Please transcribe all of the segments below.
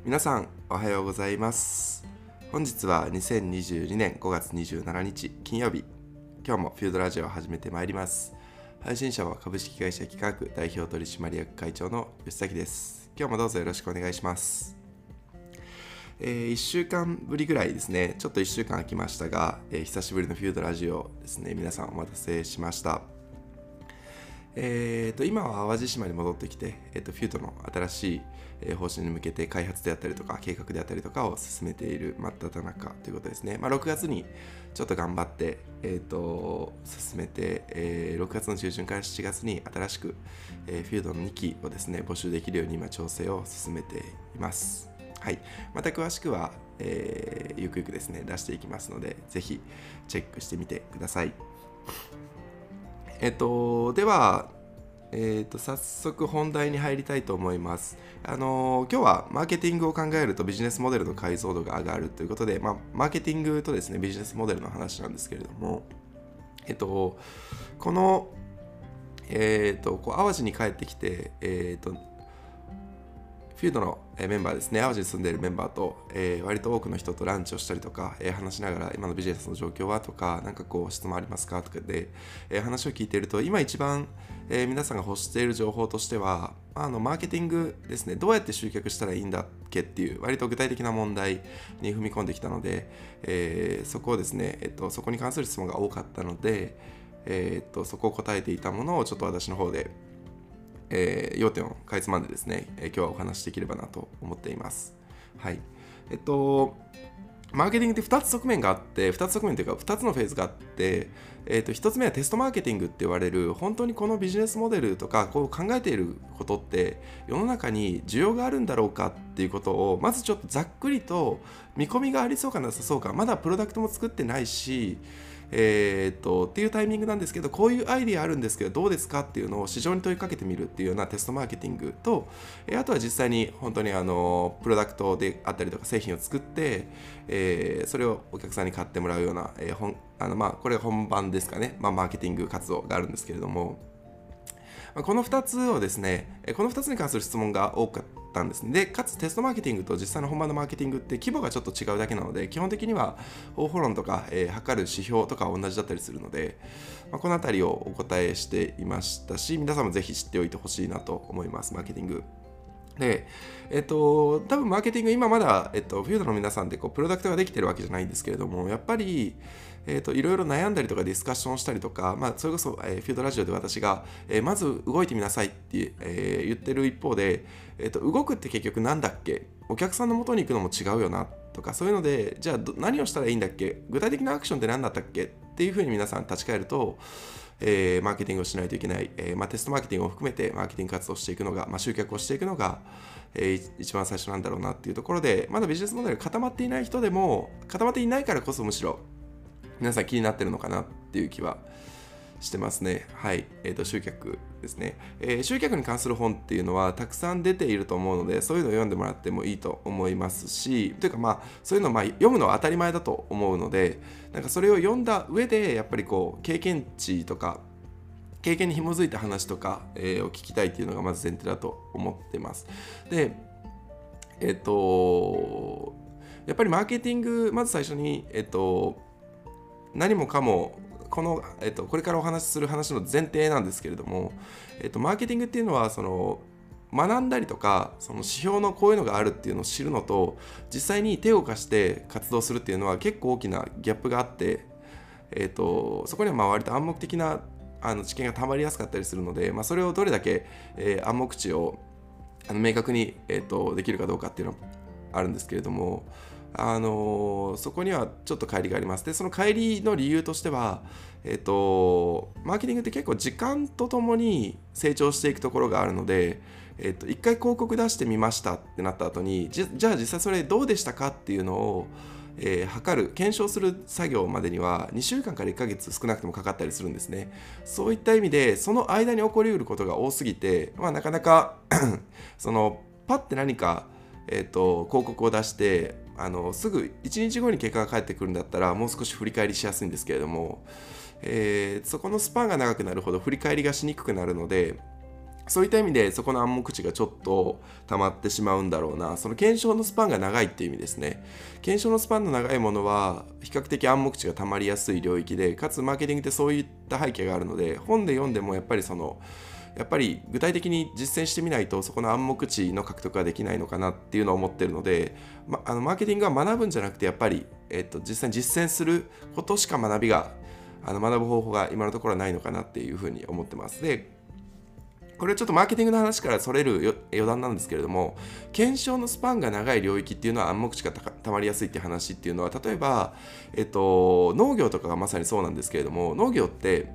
皆さんおはようございます。本日は2022年5月27日金曜日。今日もフィールドラジオを始めてまいります。配信者は株式会社企画代表取締役会長の吉崎です。今日もどうぞよろしくお願いします。1週間ぶりぐらいですね。ちょっと1週間空きましたが、久しぶりのフィールドラジオですね。皆さんお待たせしました。今は淡路島に戻ってきて、フュートの新しい方針に向けて開発であったりとか計画であったりとかを進めている真っ只中ということですね。6月にちょっと頑張って、進めて、6月の中旬から7月に新しく、フィートの2期をですね募集できるように今調整を進めています。はい、また詳しくは、ゆくゆくですね出していきますので、ぜひチェックしてみてください。では、早速本題に入りたいと思います。今日はマーケティングを考えるとビジネスモデルの解像度が上がるということで、マーケティングとですねビジネスモデルの話なんですけれども、この、淡路に帰ってきて、フィードのメンバーですね、淡路に住んでいるメンバーと、割と多くの人とランチをしたりとか、話しながら今のビジネスの状況はとか、なんか質問ありますかとかで、話を聞いていると、今一番、皆さんが欲している情報としては、マーケティングですね、どうやって集客したらいいんだっけっていう割と具体的な問題に踏み込んできたので、そこをですね、そこに関する質問が多かったので、そこを答えていたものをちょっと私の方で要点をかいつまんでですね、今日はお話しできればなと思っています。はい。マーケティングって2つ側面があって、2つ側面というか2つのフェーズがあって、1つ目はテストマーケティングって言われる、本当にこのビジネスモデルとかこう考えていることって世の中に需要があるんだろうかっていうことをまずちょっとざっくりと見込みがありそうかなさそうか、まだプロダクトも作ってないし、っていうタイミングなんですけど、こういうアイディアあるんですけどどうですかっていうのを市場に問いかけてみるっていうようなテストマーケティングと、あとは実際に本当にプロダクトであったりとか製品を作って、それをお客さんに買ってもらうような、これ本番ですかね、マーケティング活動があるんですけれども、この2つをですね、この2つに関する質問が多かったんですね。で、かつテストマーケティングと実際の本番のマーケティングって規模がちょっと違うだけなので、基本的には方法論とか、測る指標とか同じだったりするので、このあたりをお答えしていましたし、皆さんもぜひ知っておいてほしいなと思います、マーケティング。で、多分マーケティング今まだ、フィールドの皆さんでプロダクトができてるわけじゃないんですけれども、やっぱりいろいろ悩んだりとかディスカッションしたりとか、それこそ、フィールドラジオで私が、まず動いてみなさいって、言ってる一方で、動くって結局なんだっけ、お客さんの元に行くのも違うよなとか、そういうのでじゃあ何をしたらいいんだっけ、具体的なアクションって何だったっけっていうふうに皆さん立ち返ると、マーケティングをしないといけない、テストマーケティングを含めてマーケティング活動をしていくのが、集客をしていくのが、一番最初なんだろうなっていうところで、まだビジネスモデルが固まっていない人でも、固まっていないからこそむしろ皆さん気になってるのかなっていう気はしてますね。はい。集客ですね。集客に関する本っていうのはたくさん出ていると思うので、そういうのを読んでもらってもいいと思いますし、というかそういうのを読むのは当たり前だと思うので、なんかそれを読んだ上でやっぱり経験値とか経験に紐づいた話とか、を聞きたいっていうのがまず前提だと思ってます。で、やっぱりマーケティング、まず最初に何もかもこの、これからお話しする話の前提なんですけれども、マーケティングっていうのは学んだりとかその指標のこういうのがあるっていうのを知るのと、実際に手を貸して活動するっていうのは結構大きなギャップがあって、そこには割と暗黙的な知見がたまりやすかったりするので、それをどれだけ、暗黙知を明確に、できるかどうかっていうのはあるんですけれども、そこにはちょっと乖離があります。で、その乖離の理由としては、マーケティングって結構時間とともに成長していくところがあるので、一回広告出してみましたってなった後に、じゃあ実際それどうでしたかっていうのを、測る検証する作業までには2週間から1ヶ月少なくともかかったりするんですね。そういった意味でその間に起こりうることが多すぎて、なかなかパッて何か、広告を出してすぐ1日後に結果が返ってくるんだったらもう少し振り返りしやすいんですけれども、そこのスパンが長くなるほど振り返りがしにくくなるので、 そういった意味でそこの暗黙知がちょっと溜まってしまうんだろうな。その検証のスパンが長いっていう意味ですね。検証のスパンの長いものは比較的暗黙知が溜まりやすい領域で、かつマーケティングってそういった背景があるので、本で読んでもやっぱり具体的に実践してみないとそこの暗黙知の獲得ができないのかなっていうのを思ってるので、マーケティングは学ぶんじゃなくてやっぱり、実際に実践することしか学ぶ方法が今のところはないのかなっていうふうに思ってます。で、これちょっとマーケティングの話からそれる余談なんですけれども、検証のスパンが長い領域っていうのは暗黙知がたまりやすいっていう話っていうのは、例えば、農業とかがまさにそうなんですけれども、農業って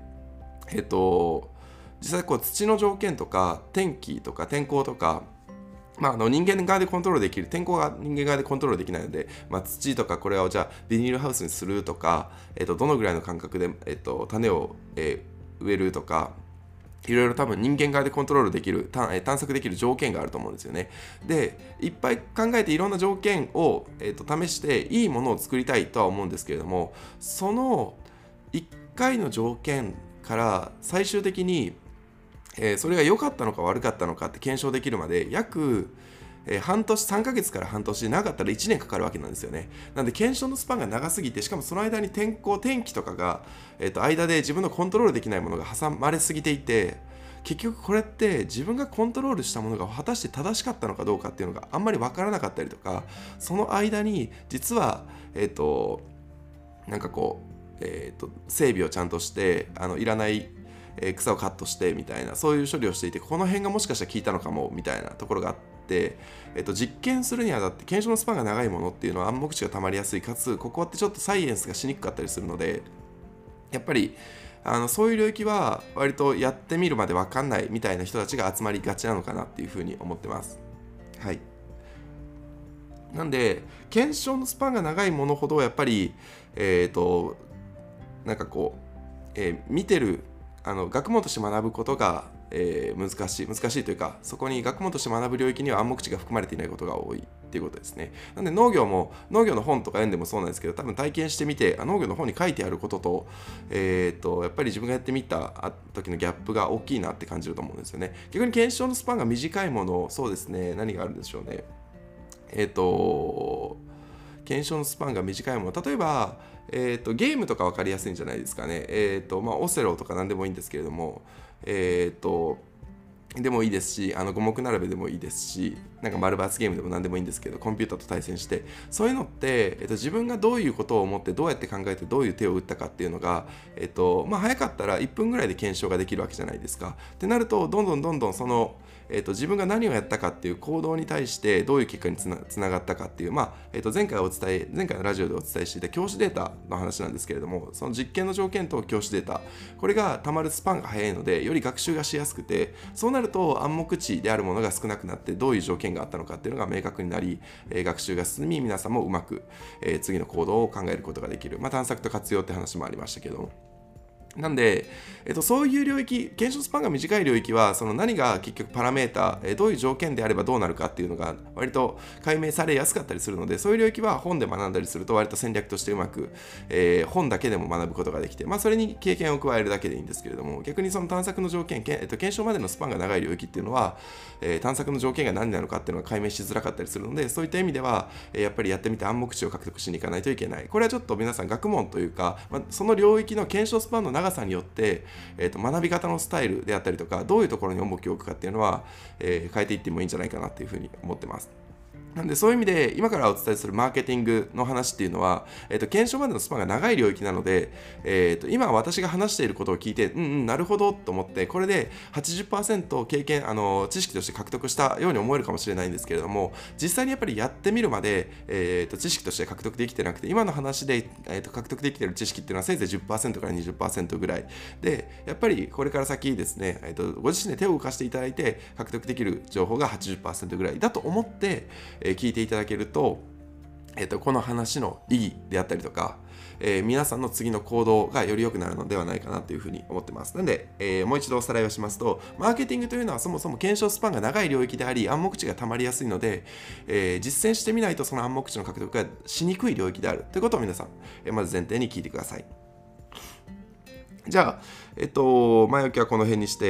実際土の条件とか天気とか天候とか、人間側でコントロールできる、天候が人間側でコントロールできないので、土とかこれをじゃあビニールハウスにするとか、どのぐらいの間隔で、種を、植えるとか、いろいろ多分人間側でコントロールできる、探索できる条件があると思うんですよね。で、いっぱい考えていろんな条件を、試していいものを作りたいとは思うんですけれども、その1回の条件から最終的にそれが良かったのか悪かったのかって検証できるまで約半年、3ヶ月から半年、長かったら1年かかるわけなんですよね。なので検証のスパンが長すぎて、しかもその間に天気とかが、間で自分のコントロールできないものが挟まれすぎていて、結局これって自分がコントロールしたものが果たして正しかったのかどうかっていうのがあんまり分からなかったりとか、その間に実は整備をちゃんとしていらない草をカットしてみたいな、そういう処理をしていて、この辺がもしかしたら効いたのかもみたいなところがあって、実験するにあたって検証のスパンが長いものっていうのは暗黙知がたまりやすい、かつここってちょっとサイエンスがしにくかったりするので、やっぱりそういう領域は割とやってみるまで分かんないみたいな人たちが集まりがちなのかなっていうふうに思ってます。はい。なんで検証のスパンが長いものほどやっぱり見てる学問として学ぶことが、難しいというか、そこに学問として学ぶ領域には暗黙知が含まれていないことが多いっていうことですね。なので農業の本とか読んでもそうなんですけど、多分体験してみて農業の本に書いてあることと、やっぱり自分がやってみた時のギャップが大きいなって感じると思うんですよね。逆に検証のスパンが短いもの、そうですね、何があるんでしょうね。検証のスパンが短いもの、例えば、ゲームとか分かりやすいんじゃないですかね。オセロとか何でもいいんですけれども、でもいいですし、五目並べでもいいですし、なんか丸×ゲームでも何でもいいんですけど、コンピューターと対戦して、そういうのって、自分がどういうことを思ってどうやって考えてどういう手を打ったかっていうのが、早かったら1分ぐらいで検証ができるわけじゃないですか。ってなると、どんどんその自分が何をやったかっていう行動に対してどういう結果につながったかっていう、前回のラジオでお伝えしていた教師データの話なんですけれども、その実験の条件と教師データ、これがたまるスパンが早いので、より学習がしやすくて、そうなると暗黙知であるものが少なくなって、どういう条件があったのかっていうのが明確になり、学習が進み、皆さんもうまく、次の行動を考えることができる、探索と活用って話もありましたけど、なんで、そういう領域、検証スパンが短い領域は、その何が結局パラメータ、どういう条件であればどうなるかっていうのが割と解明されやすかったりするので、そういう領域は本で学んだりすると割と戦略としてうまく、本だけでも学ぶことができて、それに経験を加えるだけでいいんですけれども、逆にその探索の条件、検証までのスパンが長い領域っていうのは、探索の条件が何なのかっていうのが解明しづらかったりするので、そういった意味では、やっぱりやってみて暗黙知を獲得しに行かないといけない。これはちょっと皆さん学問というか、その領域の検証スパンの長さによって、学び方のスタイルであったりとか、どういうところに重きを置くかっていうのは、変えていってもいいんじゃないかなっていうふうに思ってます。なんでそういう意味で今からお伝えするマーケティングの話っていうのは、検証までのスパンが長い領域なので、今私が話していることを聞いてなるほどと思って、これで 80% 経験知識として獲得したように思えるかもしれないんですけれども、実際にやっぱりやってみるまで、知識として獲得できてなくて、今の話で、獲得できている知識っていうのはせいぜい 10% から 20% ぐらいで、やっぱりこれから先ですね、ご自身で手を動かしていただいて獲得できる情報が 80% ぐらいだと思って聞いていただけると、この話の意義であったりとか、皆さんの次の行動がより良くなるのではないかなというふうに思ってます。なので、もう一度おさらいをしますと、マーケティングというのはそもそも検証スパンが長い領域であり、暗黙知がたまりやすいので、実践してみないとその暗黙知の獲得がしにくい領域であるということを皆さん、まず前提に聞いてください。 じゃあ、前置きはこの辺にして、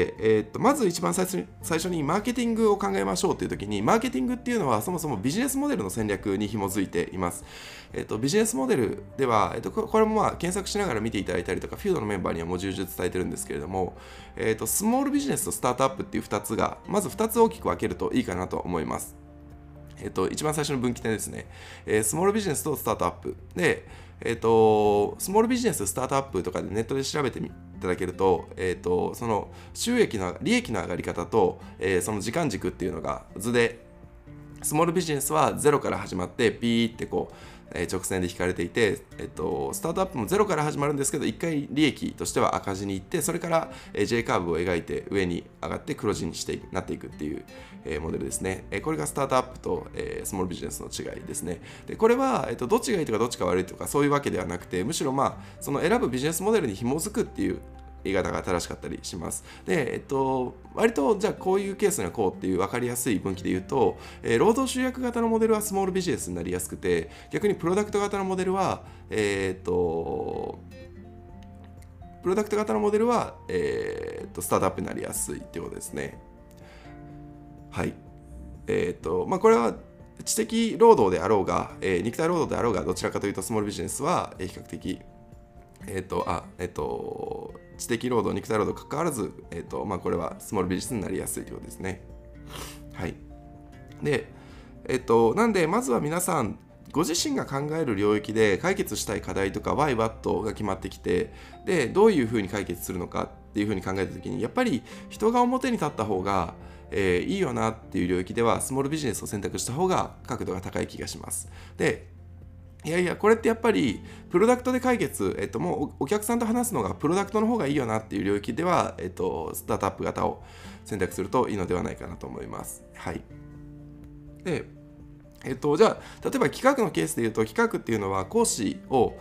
まず一番最初にマーケティングを考えましょうというときに、マーケティングっていうのはそもそもビジネスモデルの戦略に紐づいています。ビジネスモデルでは、これも検索しながら見ていただいたりとか、フィードのメンバーにはもう重々伝えてるんですけれども、スモールビジネスとスタートアップっていう2つが、まず2つ大きく分けるといいかなと思います。一番最初の分岐点ですね。スモールビジネスとスタートアップで、スモールビジネススタートアップとかでネットで調べていただけると、その利益の上がり方と、その時間軸っていうのが図で、スモールビジネスはゼロから始まってピーって直線で引かれていて、スタートアップもゼロから始まるんですけど、1回利益としては赤字に行って、それから J カーブを描いて上に上がって黒字になっていくっていうモデルですね。これがスタートアップとスモールビジネスの違いですね。でこれはどっちがいいとかどっちが悪いとかそういうわけではなくて、むしろその選ぶビジネスモデルに紐づくっていう言い方が正しかったりします。で、割とじゃあこういうケースにはこうっていう分かりやすい分岐で言うと、労働集約型のモデルはスモールビジネスになりやすくて、逆にプロダクト型のモデルは、スタートアップになりやすいっていうことですね。はい。これは知的労働であろうが、肉体労働であろうが、どちらかというとスモールビジネスは比較的知的労働、肉体労働関わらず、これはスモールビジネスになりやすいということですね。はい。で、なんで、まずは皆さん、ご自身が考える領域で解決したい課題とか Why What が決まってきて、で、どういうふうに解決するのかっていうふうに考えたときに、やっぱり人が表に立った方が、いいよなっていう領域では、スモールビジネスを選択した方が角度が高い気がします。で、これってやっぱりプロダクトで解決、もうお客さんと話すのがプロダクトの方がいいよなっていう領域では、スタートアップ型を選択するといいのではないかなと思います。はい。で、じゃあ例えば企画のケースでいうと、企画っていうのは講師を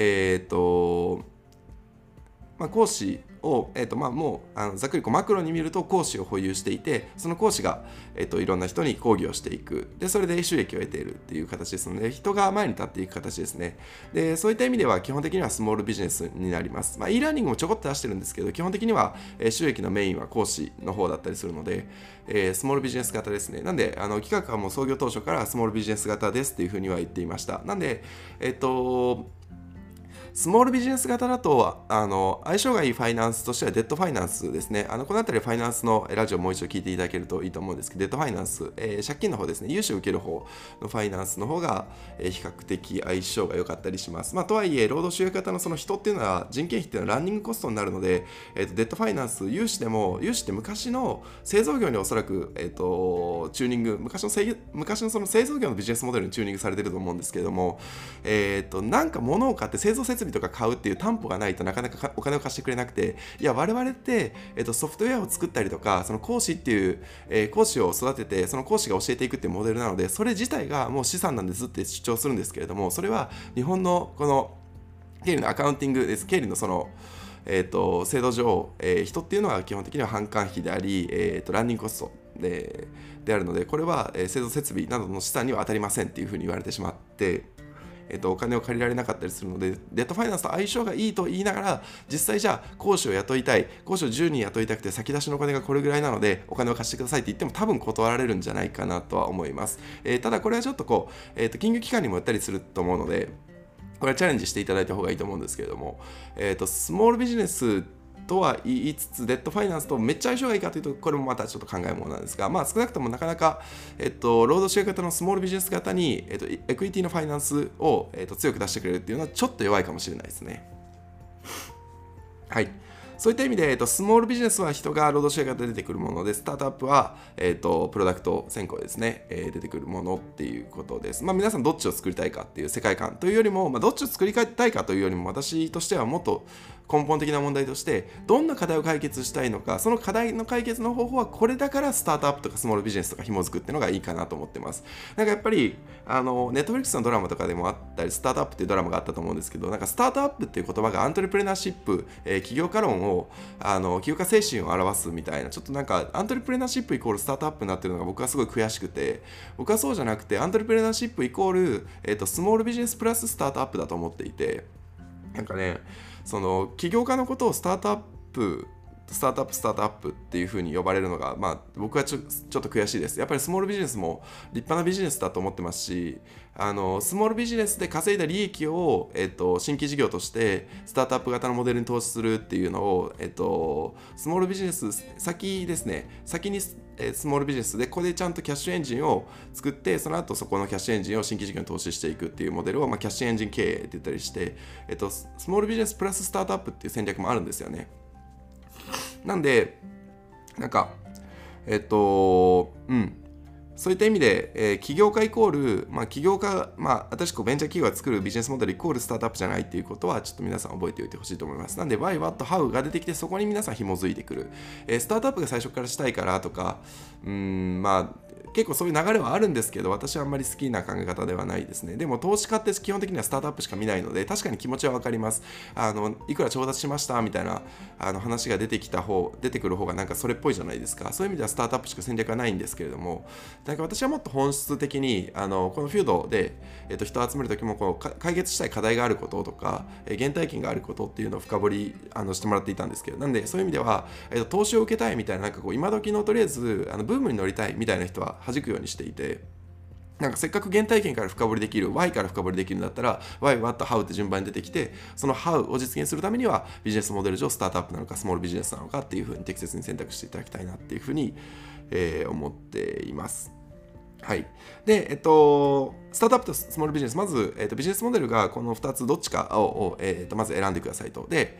もうざっくりマクロに見ると講師を保有していて、その講師が、いろんな人に講義をしていく。で、それで収益を得ているっていう形ですので、人が前に立っていく形ですね。で、そういった意味では基本的にはスモールビジネスになります。e ラーニングもちょこっと出してるんですけど、基本的には収益のメインは講師の方だったりするので、スモールビジネス型ですね。なんで、企画はもう創業当初からスモールビジネス型ですっていうふうには言っていました。なんで、スモールビジネス型だと相性がいいファイナンスとしてはデッドファイナンスですね。このあたりファイナンスのラジオをもう一度聞いていただけるといいと思うんですけど、デッドファイナンス、借金の方ですね、融資を受ける方のファイナンスの方が、比較的相性が良かったりします。とはいえ、労働集約型のその人っていうのは人件費っていうのはランニングコストになるので、デッドファイナンス、融資って昔の製造業におそらく、チューニング、昔のその製造業のビジネスモデルにチューニングされてると思うんですけれども、なんか物を買って製造設備とか買うっていう担保がないとなかなかお金を貸してくれなくて、いや我々って、ソフトウェアを作ったりとか、その講師っていう、講師を育ててその講師が教えていくっていうモデルなので、それ自体がもう資産なんですって主張するんですけれども、それは日本のこの経理のアカウンティングです。経理のその制度上、人っていうのは基本的には販管費であり、ランニングコストであるので、これは、製造設備などの資産には当たりませんっていうふうに言われてしまって、お金を借りられなかったりするので、デッドファイナンスと相性がいいと言いながら、実際じゃあ講師を雇いたい、講師を10人雇いたくて先出しのお金がこれぐらいなのでお金を貸してくださいって言っても多分断られるんじゃないかなとは思います。ただこれはちょっと金融機関にもよったりすると思うので、これはチャレンジしていただいた方がいいと思うんですけれども、スモールビジネスとは言いつつ、デッドファイナンスとめっちゃ相性がいいかというと、これもまたちょっと考えものなんですが、少なくともなかなか、労働集約型のスモールビジネス型に、エクイティのファイナンスを、強く出してくれるっていうのはちょっと弱いかもしれないですね。はい。そういった意味で、スモールビジネスは人が労働集約型で出てくるもので、スタートアップは、プロダクト先行ですね、出てくるものっていうことです。皆さんどっちを作りたいかっていう世界観というよりも、どっちを作りたいかというよりも、私としてはもっと根本的な問題として、どんな課題を解決したいのか、その課題の解決の方法はこれだからスタートアップとかスモールビジネスとか紐づくっていうのがいいかなと思ってます。なんかやっぱりネットフリックスのドラマとかでもあったり、スタートアップっていうドラマがあったと思うんですけど、なんかスタートアップっていう言葉がアントレプレナーシップ、起業家論を起業家精神を表すみたいな、ちょっとなんかアントレプレナーシップイコールスタートアップになってるのが僕はすごい悔しくて、僕はそうじゃなくてアントレプレナーシップイコール、スモールビジネスプラススタートアップだと思っていて、なんかね、 その起業家のことをスタートアップっていう風に呼ばれるのが、僕はちょっと悔しいです。やっぱりスモールビジネスも立派なビジネスだと思ってますし、スモールビジネスで稼いだ利益を、新規事業としてスタートアップ型のモデルに投資するっていうのを、スモールビジネス先ですね、先にスモールビジネスでここでちゃんとキャッシュエンジンを作って、その後そこのキャッシュエンジンを新規事業に投資していくっていうモデルを、キャッシュエンジン経営って言ったりして、スモールビジネスプラススタートアップっていう戦略もあるんですよね。なんでそういった意味で、起業家イコール、起業家、新しくベンチャー企業が作るビジネスモデルイコールスタートアップじゃないっていうことはちょっと皆さん覚えておいてほしいと思います。なんで Why, What, How が出てきて、そこに皆さん紐づいてくる、スタートアップが最初からしたいからとか、結構そういう流れはあるんですけど、私はあんまり好きな考え方ではないですね。でも投資家って基本的にはスタートアップしか見ないので、確かに気持ちは分かります。いくら調達しましたみたいな話が出てくる方がなんかそれっぽいじゃないですか。そういう意味ではスタートアップしか戦略はないんですけれども、なんか私はもっと本質的にこのフュードで、人を集めるときも解決したい課題があることとか、原体験があることっていうのを深掘りしてもらっていたんですけど、なんでそういう意味では、投資を受けたいみたいな、今時のとりあえずブームに乗りたいみたいな人は弾くようにしていて、なんかせっかく原体験から深掘りできる Why から深掘りできるんだったら Why, What, How って順番に出てきて、その How を実現するためにはビジネスモデル上スタートアップなのかスモールビジネスなのかっていうふうに適切に選択していただきたいなっていうふうに、思っています。はい。で、スタートアップとスモールビジネス、まず、ビジネスモデルがこの2つどっちかを、まず選んでくださいと。で、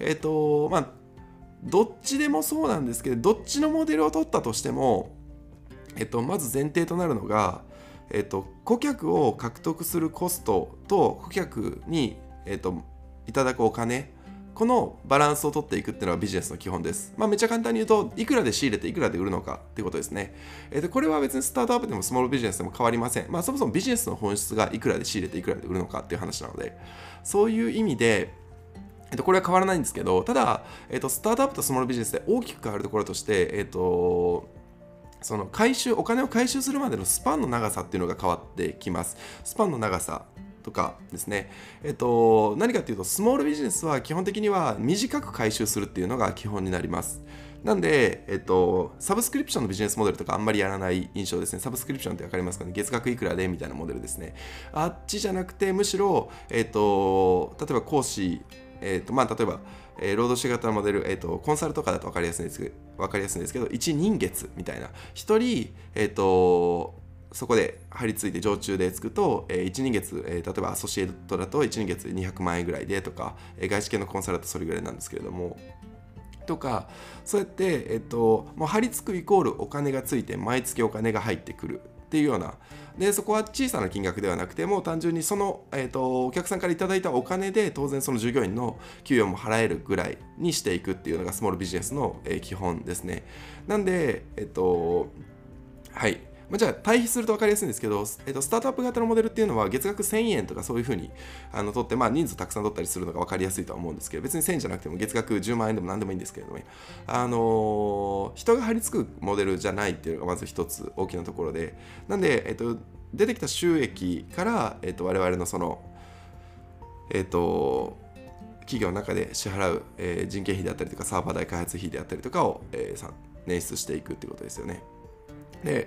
どっちでもそうなんですけど、どっちのモデルを取ったとしても、まず前提となるのが、顧客を獲得するコストと顧客に、いただくお金、このバランスを取っていくっていうのはビジネスの基本です。めっちゃ簡単に言うと、いくらで仕入れていくらで売るのかっていうことですね。これは別にスタートアップでもスモールビジネスでも変わりません。そもそもビジネスの本質がいくらで仕入れていくらで売るのかっていう話なので、そういう意味で、これは変わらないんですけど、ただ、スタートアップとスモールビジネスで大きく変わるところとして、そのお金を回収するまでのスパンの長さっていうのが変わってきます。スパンの長さとかですね。何かっていうと、スモールビジネスは基本的には短く回収するっていうのが基本になります。なんで、サブスクリプションのビジネスモデルとかあんまりやらない印象ですね。サブスクリプションって分かりますかね。月額いくらでみたいなモデルですね。あっちじゃなくて、むしろ、例えば講師、例えば、労働者型のモデル、コンサルとかだと分かりやすいんですけど、1人月みたいな。1人、そこで張り付いて常駐でつくと、1人月、例えばアソシエイトだと1人月200万円ぐらいでとか、外資系のコンサルだとそれぐらいなんですけれども、とか、そうやって、もう張り付くイコールお金がついて毎月お金が入ってくるっていうような。でそこは小さな金額ではなくて、もう単純にその、お客さんからいただいたお金で当然その従業員の給与も払えるぐらいにしていくっていうのがスモールビジネスの、基本ですね。なんで、はい。じゃあ対比すると分かりやすいんですけど、スタートアップ型のモデルっていうのは月額1000円とかそういうふうに取って、人数たくさん取ったりするのが分かりやすいとは思うんですけど、別に1000円じゃなくても月額10万円でも何でもいいんですけれども、人が張り付くモデルじゃないっていうのがまず一つ大きなところで、なんで、出てきた収益から、我々のその、企業の中で支払う、人件費であったりとかサーバー代開発費であったりとかを、捻出していくっていうことですよね。で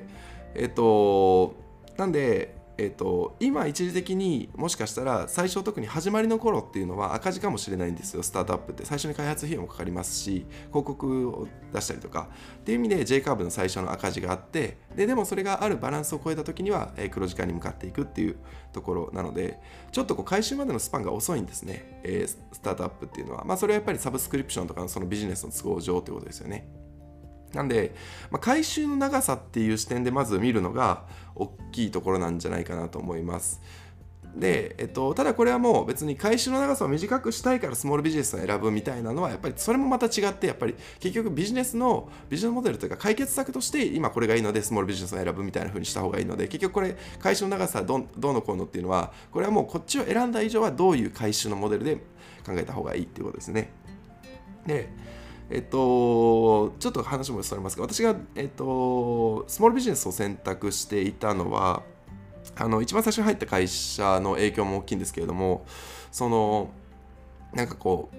なんで、今一時的にもしかしたら最初特に始まりの頃っていうのは赤字かもしれないんですよ。スタートアップって最初に開発費用もかかりますし、広告を出したりとかっていう意味で J カーブの最初の赤字があって、でもそれがあるバランスを超えた時には黒字化に向かっていくっていうところなので、ちょっと回収までのスパンが遅いんですね、スタートアップっていうのは。それはやっぱりサブスクリプションとかのそのビジネスの都合上ということですよね。なんで、回収の長さっていう視点でまず見るのが大きいところなんじゃないかなと思います。で、ただこれはもう別に回収の長さを短くしたいからスモールビジネスを選ぶみたいなのはやっぱりそれもまた違って、やっぱり結局ビジネスモデルというか解決策として今これがいいのでスモールビジネスを選ぶみたいな風にした方がいいので、結局これ回収の長さどうのこうのっていうのは、これはもうこっちを選んだ以上はどういう回収のモデルで考えた方がいいっていうことですね。でちょっと話もそれますが、私が、スモールビジネスを選択していたのは、一番最初に入った会社の影響も大きいんですけれども、そのなんか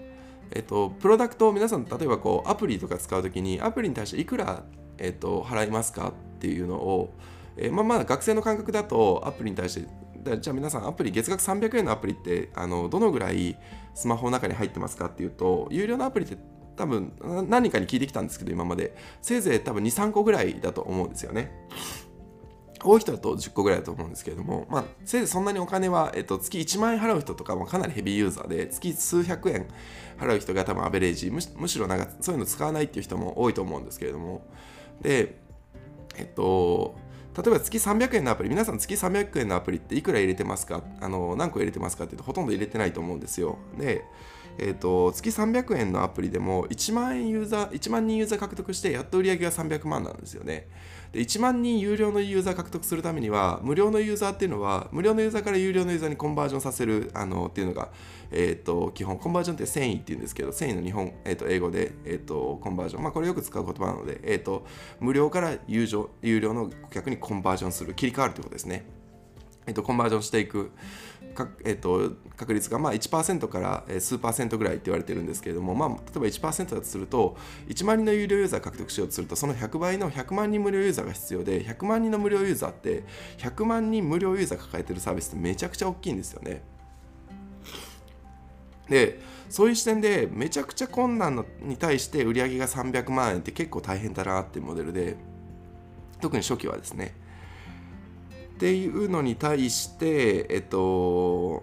プロダクトを皆さん例えばこうアプリとか使うときにアプリに対していくら、払いますかっていうのを、まあ学生の感覚だとアプリに対してじゃあ皆さんアプリ月額300円のアプリってどのぐらいスマホの中に入ってますかっていうと、有料のアプリって多分何人かに聞いてきたんですけど、今までせいぜい多分 2,3 個ぐらいだと思うんですよね。多い人だと10個ぐらいだと思うんですけれども、まあ、せいぜいそんなにお金は、月1万円払う人とかもかなりヘビーユーザーで、月数百円払う人が多分アベレージ、むしろなんかそういうの使わないっていう人も多いと思うんですけれども、で、例えば月300円のアプリ、皆さん月300円のアプリっていくら入れてますか？何個入れてますかって言うとほとんど入れてないと思うんですよ。で、月300円のアプリでも1万人ユーザー獲得してやっと売り上げが300万なんですよね。で、1万人有料のユーザー獲得するためには、無料のユーザーっていうのは、無料のユーザーから有料のユーザーにコンバージョンさせるっていうのが、基本、コンバージョンって繊維っていうんですけど、繊維の日本、英語で、コンバージョン、まあこれよく使う言葉なので、無料から有料の顧客にコンバージョンする、切り替わるということですね。コンバージョンしていく確率がまあ 1% から数%ぐらいって言われてるんですけれども、まあ、例えば 1% だとすると1万人の有料ユーザー獲得しようとすると、その100倍の100万人無料ユーザーが必要で、100万人の無料ユーザーって100万人無料ユーザー抱えてるサービスってめちゃくちゃ大きいんですよね。で、そういう視点でめちゃくちゃ困難に対して売上が300万円って結構大変だなっていうモデルで、特に初期はですねっていうのに対して、こ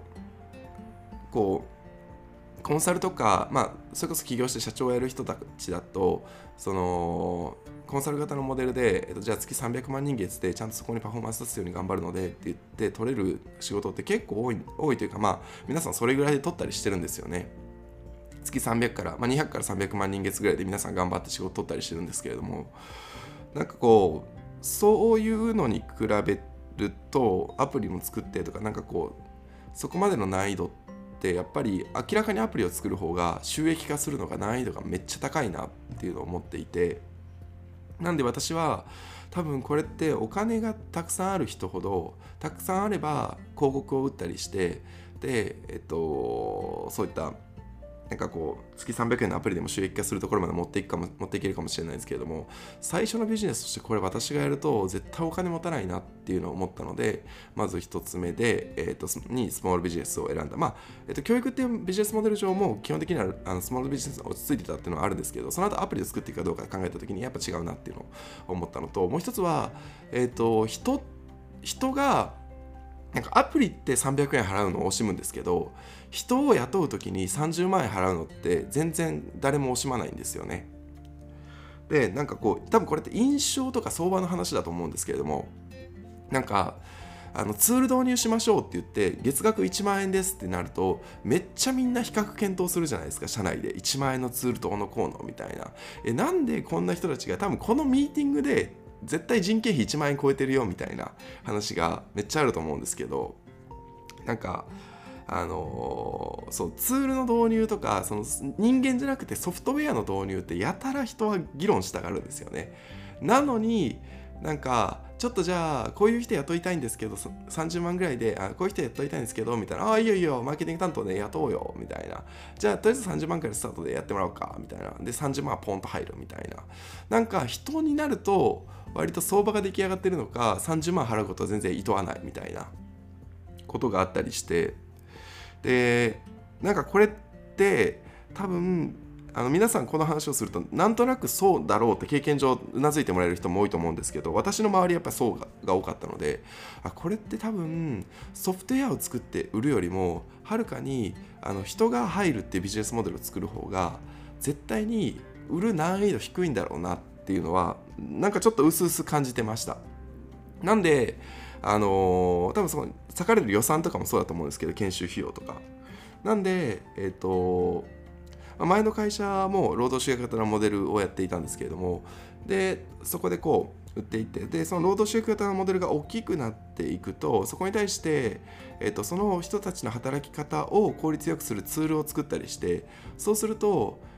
うコンサルとか、まあ、それこそ起業して社長をやる人たちだと、そのコンサル型のモデルで、じゃあ月300万人月でちゃんとそこにパフォーマンス出すように頑張るのでって言って取れる仕事って結構多いというか、まあ、皆さんそれぐらいで取ったりしてるんですよね。月300から、まあ、200から300万人月ぐらいで皆さん頑張って仕事取ったりしてるんですけれども、なんかこうそういうのに比べるとアプリも作ってとか、なんかこうそこまでの難易度ってやっぱり明らかにアプリを作る方が収益化するのが難易度がめっちゃ高いなっていうのを思っていて、なんで私は多分これってお金がたくさんある人ほど、たくさんあれば広告を打ったりして、でそういったなんかこう月300円のアプリでも収益化するところまで持っていけるかもしれないですけれども、最初のビジネスとしてこれ私がやると絶対お金持たないなっていうのを思ったので、まず一つ目で、にスモールビジネスを選んだ。まあ、教育っていうビジネスモデル上も基本的にはスモールビジネスが落ち着いてたっていうのはあるんですけど、その後アプリを作っていくかどうか考えた時にやっぱ違うなっていうのを思ったのと、もう一つは、人がなんかアプリって300円払うのを惜しむんですけど、人を雇うときに30万円払うのって全然誰も惜しまないんですよね。で、なんかこう多分これって印象とか相場の話だと思うんですけれども、なんかツール導入しましょうって言って月額1万円ですってなると、めっちゃみんな比較検討するじゃないですか。社内で1万円のツールとこのこうのみたいな、なんでこんな人たちが多分このミーティングで絶対人件費1万円超えてるよみたいな話がめっちゃあると思うんですけど、なんかそうツールの導入とか、その人間じゃなくてソフトウェアの導入ってやたら人は議論したがるんですよね。なのになんかちょっとじゃあこういう人雇いたいんですけど30万ぐらいでこういう人雇いたいんですけどみたいな、いいよいいよマーケティング担当で雇おうよみたいな、じゃあとりあえず30万からスタートでやってもらおうかみたいな、で30万はポンと入るみたいな、なんか人になると割と相場が出来上がってるのか30万払うことは全然厭わないみたいなことがあったりして、でなんかこれって多分皆さんこの話をするとなんとなくそうだろうって経験上うなずいてもらえる人も多いと思うんですけど、私の周りやっぱりそうが多かったので、これって多分ソフトウェアを作って売るよりもはるかに人が入るっていうビジネスモデルを作る方が絶対に売る難易度低いんだろうなっていうのはなんかちょっと薄々感じてました。なんで多分その割かれる予算とかもそうだと思うんですけど、研修費用とかなんで前の会社も労働集約型のモデルをやっていたんですけれども、でそこでこう売っていって、でその労働集約型のモデルが大きくなっていくと、そこに対して、その人たちの働き方を効率よくするツールを作ったりして、そうすると、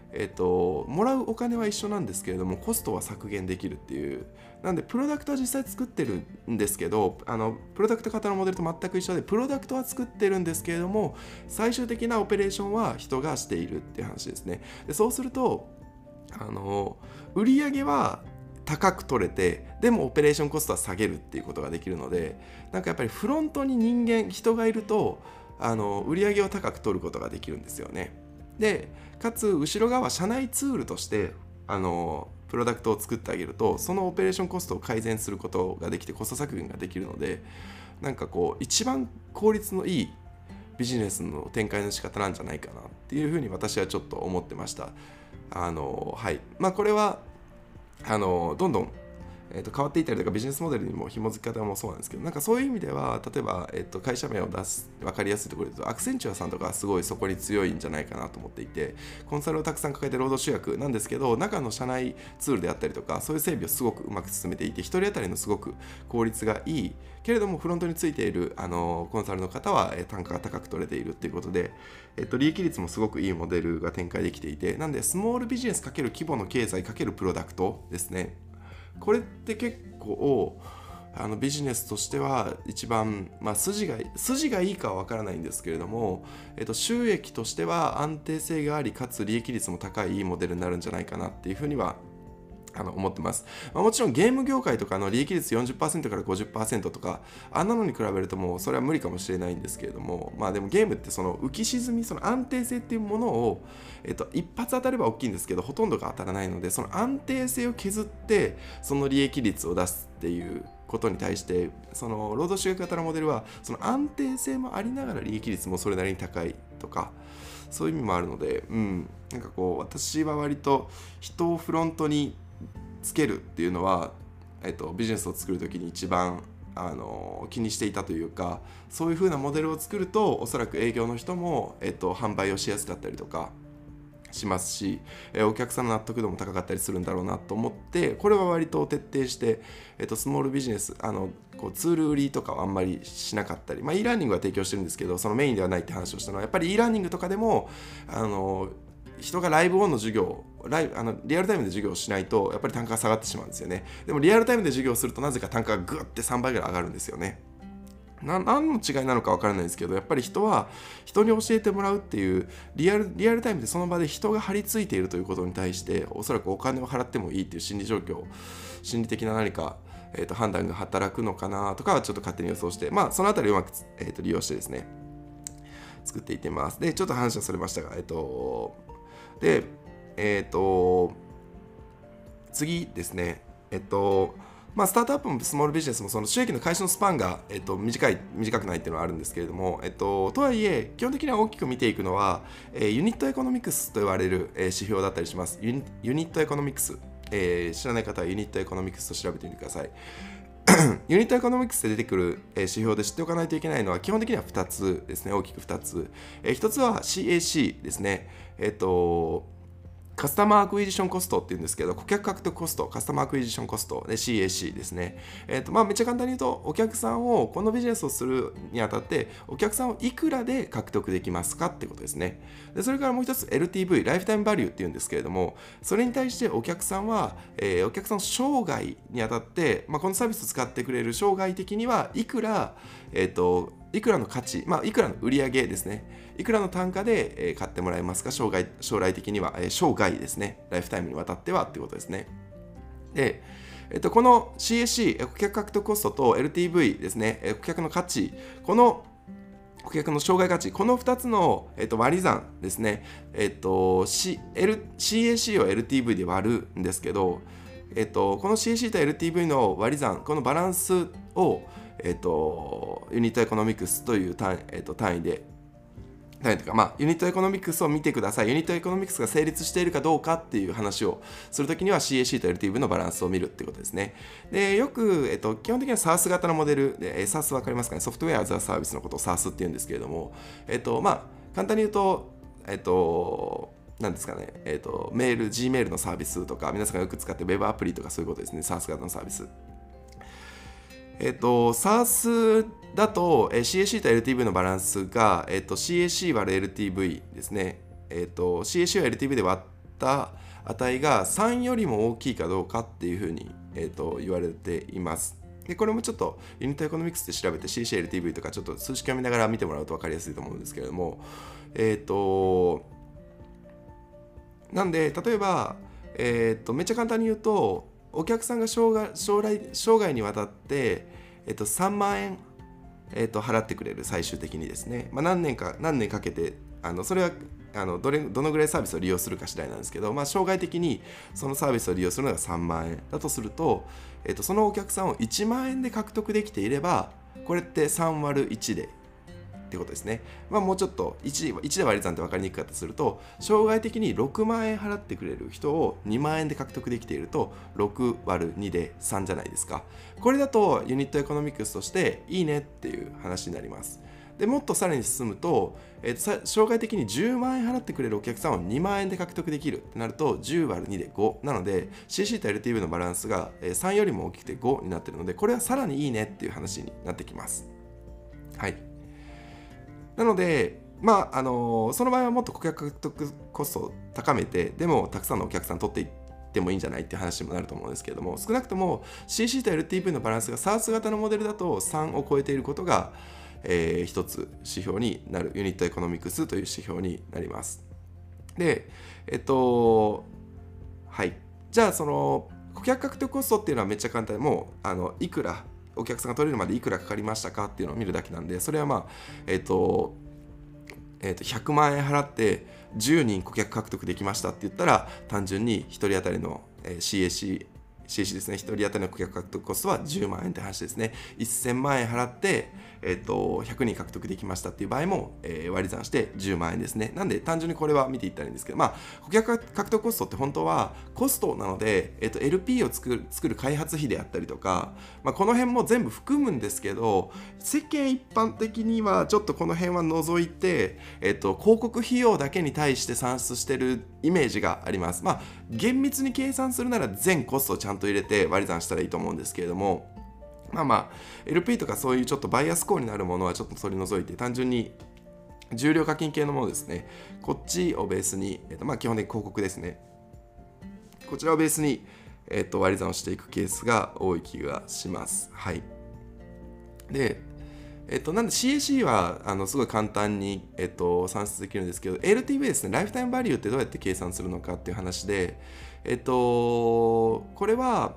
もらうお金は一緒なんですけれどもコストは削減できるっていう。なんでプロダクトは実際作ってるんですけど、プロダクト型のモデルと全く一緒で、プロダクトは作ってるんですけれども最終的なオペレーションは人がしているっていう話ですね。でそうすると売上は高く取れて、でもオペレーションコストは下げるっていうことができるので、なんかやっぱりフロントに人がいると売上を高く取ることができるんですよね。でかつ後ろ側社内ツールとしてプロダクトを作ってあげると、そのオペレーションコストを改善することができてコスト削減ができるので、なんかこう一番効率のいいビジネスの展開の仕方なんじゃないかなっていうふうに私はちょっと思ってました。はい。これはどんどん、変わっていったりとかビジネスモデルにも紐づき方もそうなんですけど、なんかそういう意味では例えば、会社名を出す分かりやすいところで言うとアクセンチュアさんとかすごいそこに強いんじゃないかなと思っていて、コンサルをたくさん抱えて労働集約なんですけど、中の社内ツールであったりとかそういう整備をすごくうまく進めていて、1人当たりのすごく効率がいいけれどもフロントについているコンサルの方は単価が高く取れているということで、利益率もすごくいいモデルが展開できていて、なんでスモールビジネス×規模の経済×プロダクトですね。これって結構ビジネスとしては一番、筋がいいかは分からないんですけれども、収益としては安定性がありかつ利益率も高いいいモデルになるんじゃないかなっていうふうには思ってます。もちろんゲーム業界とかの利益率 40% から 50% とかあんなのに比べるともうそれは無理かもしれないんですけれども、でもゲームってその浮き沈み、その安定性っていうものを、一発当たれば大きいんですけどほとんどが当たらないので、その安定性を削ってその利益率を出すっていうことに対して、その労働集約型のモデルはその安定性もありながら利益率もそれなりに高いとか、そういう意味もあるので、なんかこう私は割と人をフロントにつけるっていうのは、ビジネスを作るときに一番気にしていたというか、そういう風なモデルを作るとおそらく営業の人も、販売をしやすかったりとかしますし、お客さんの納得度も高かったりするんだろうなと思って、これは割と徹底して、スモールビジネスこうツール売りとかはあんまりしなかったり、e ラーニングは提供してるんですけどそのメインではないって話をしたのは、やっぱり e ラーニングとかでも人がライブオンの授業リアルタイムで授業をしないとやっぱり単価が下がってしまうんですよね。でもリアルタイムで授業をするとなぜか単価がグッて3倍ぐらい上がるんですよね。何の違いなのか分からないんですけど、やっぱり人は人に教えてもらうっていうリアルタイムでその場で人が張り付いているということに対しておそらくお金を払ってもいいっていう心理的な何か、判断が働くのかなとかはちょっと勝手に予想して、そのあたりをうまく、利用してですね作っていってます。でちょっと話はそれましたがで次ですねスタートアップもスモールビジネスもその収益の開始のスパンが、短くないっていうのはあるんですけれども、とはいえ基本的には大きく見ていくのは、ユニットエコノミクスと言われる、指標だったりします。ユニットエコノミクス、知らない方はユニットエコノミクスと調べてみてください。ユニットエコノミクスで出てくる指標で知っておかないといけないのは基本的には2つですね。大きく2つ。1つは CAC ですね。カスタマーアクイジションコストっていうんですけど、顧客獲得コスト、カスタマーアクイジションコストで CAC ですね。めっちゃ簡単に言うと、お客さんをこのビジネスをするにあたってお客さんをいくらで獲得できますかってことですね。でそれからもう一つ LTV、ライフタイムバリューっていうんですけれども、それに対してお客さんは、お客さんの生涯にあたって、このサービスを使ってくれる生涯的にはいくら、いくらの価値、いくらの売上ですね。いくらの単価で買ってもらえますか、将来的には、生涯ですね、ライフタイムにわたってはってことですね。で、この CAC、顧客獲得コストと LTV ですね、顧客の価値、この顧客の生涯価値、この2つの、割り算ですね、CAC を LTV で割るんですけど、この CAC と LTV の割り算、このバランスを、ユニットエコノミクスという単位でユニットエコノミクスを見てください。ユニットエコノミクスが成立しているかどうかっていう話をするときには CAC と LTV のバランスを見るっていうことですね。でよく、基本的には SaaS 型のモデルで、SaaS 分かりますかね。ソフトウェア・アズ・ア・サービスのことを SaaS っていうんですけれども、簡単に言うと、なんですかね、メール、Gmail のサービスとか、皆さんがよく使っている Web アプリとかそういうことですね。SaaS 型のサービス。SaaS だと CAC と LTV のバランスが、CAC 割る LTV ですね。CAC を LTV で割っった値が3よりも大きいかどうかっていうふうに、言われています。でこれもちょっとユニットエコノミクスで調べて CCLTV とかちょっと数式を見ながら見てもらうと分かりやすいと思うんですけれども、なんで例えば、めっちゃ簡単に言うと、お客さんが生涯にわたって、3万円、払ってくれる、最終的にですね、何年かけてそれはどのぐらいサービスを利用するか次第なんですけど、生涯的にそのサービスを利用するのが3万円だとすると、そのお客さんを1万円で獲得できていれば、これって3割る1でってことですね。もうちょっと 1で割り算って分かりにくかったとすると、生涯的に6万円払ってくれる人を2万円で獲得できていると、6割る2で3じゃないですか。これだとユニットエコノミクスとしていいねっていう話になります。でもっとさらに進むと、生涯的に10万円払ってくれるお客さんを2万円で獲得できるってなると、10割る2で5なので、 CC と LTV のバランスが3よりも大きくて5になっているので、これはさらにいいねっていう話になってきます。はい。なので、その場合はもっと顧客獲得コストを高めて、でもたくさんのお客さん取っていってもいいんじゃないっていう話にもなると思うんですけれども、少なくとも CC と LTV のバランスが SaaS 型のモデルだと3を超えていることが、一つ指標になる、ユニットエコノミクスという指標になります。で、はい。じゃあその顧客獲得コストっていうのはめっちゃ簡単で、もういくらお客さんが取れるまでいくらかかりましたかっていうのを見るだけなんで、それは100万円払って10人顧客獲得できましたって言ったら、単純に1人当たりの CAC ですね、1人当たりの顧客獲得コストは10万円って話ですね。1000万円払って、100人獲得できましたっていう場合も、割り算して10万円ですね。なんで単純にこれは見ていったらいいんですけど、顧客獲得コストって本当はコストなので、LP を作る開発費であったりとか、この辺も全部含むんですけど、世間一般的にはちょっとこの辺は除いて、広告費用だけに対して算出してるイメージがあります。厳密に計算するなら全コストをちゃんと入れて割り算したらいいと思うんですけれども、LP とかそういうちょっとバイアスコアになるものはちょっと取り除いて、単純に重量課金系のものですね、こっちをベースに、基本的に広告ですね、こちらをベースに、割り算をしていくケースが多い気がします。はい。で、なんで CAC はすごい簡単に、算出できるんですけど、LTV ですね、ライフタイムバリューってどうやって計算するのかっていう話で、これは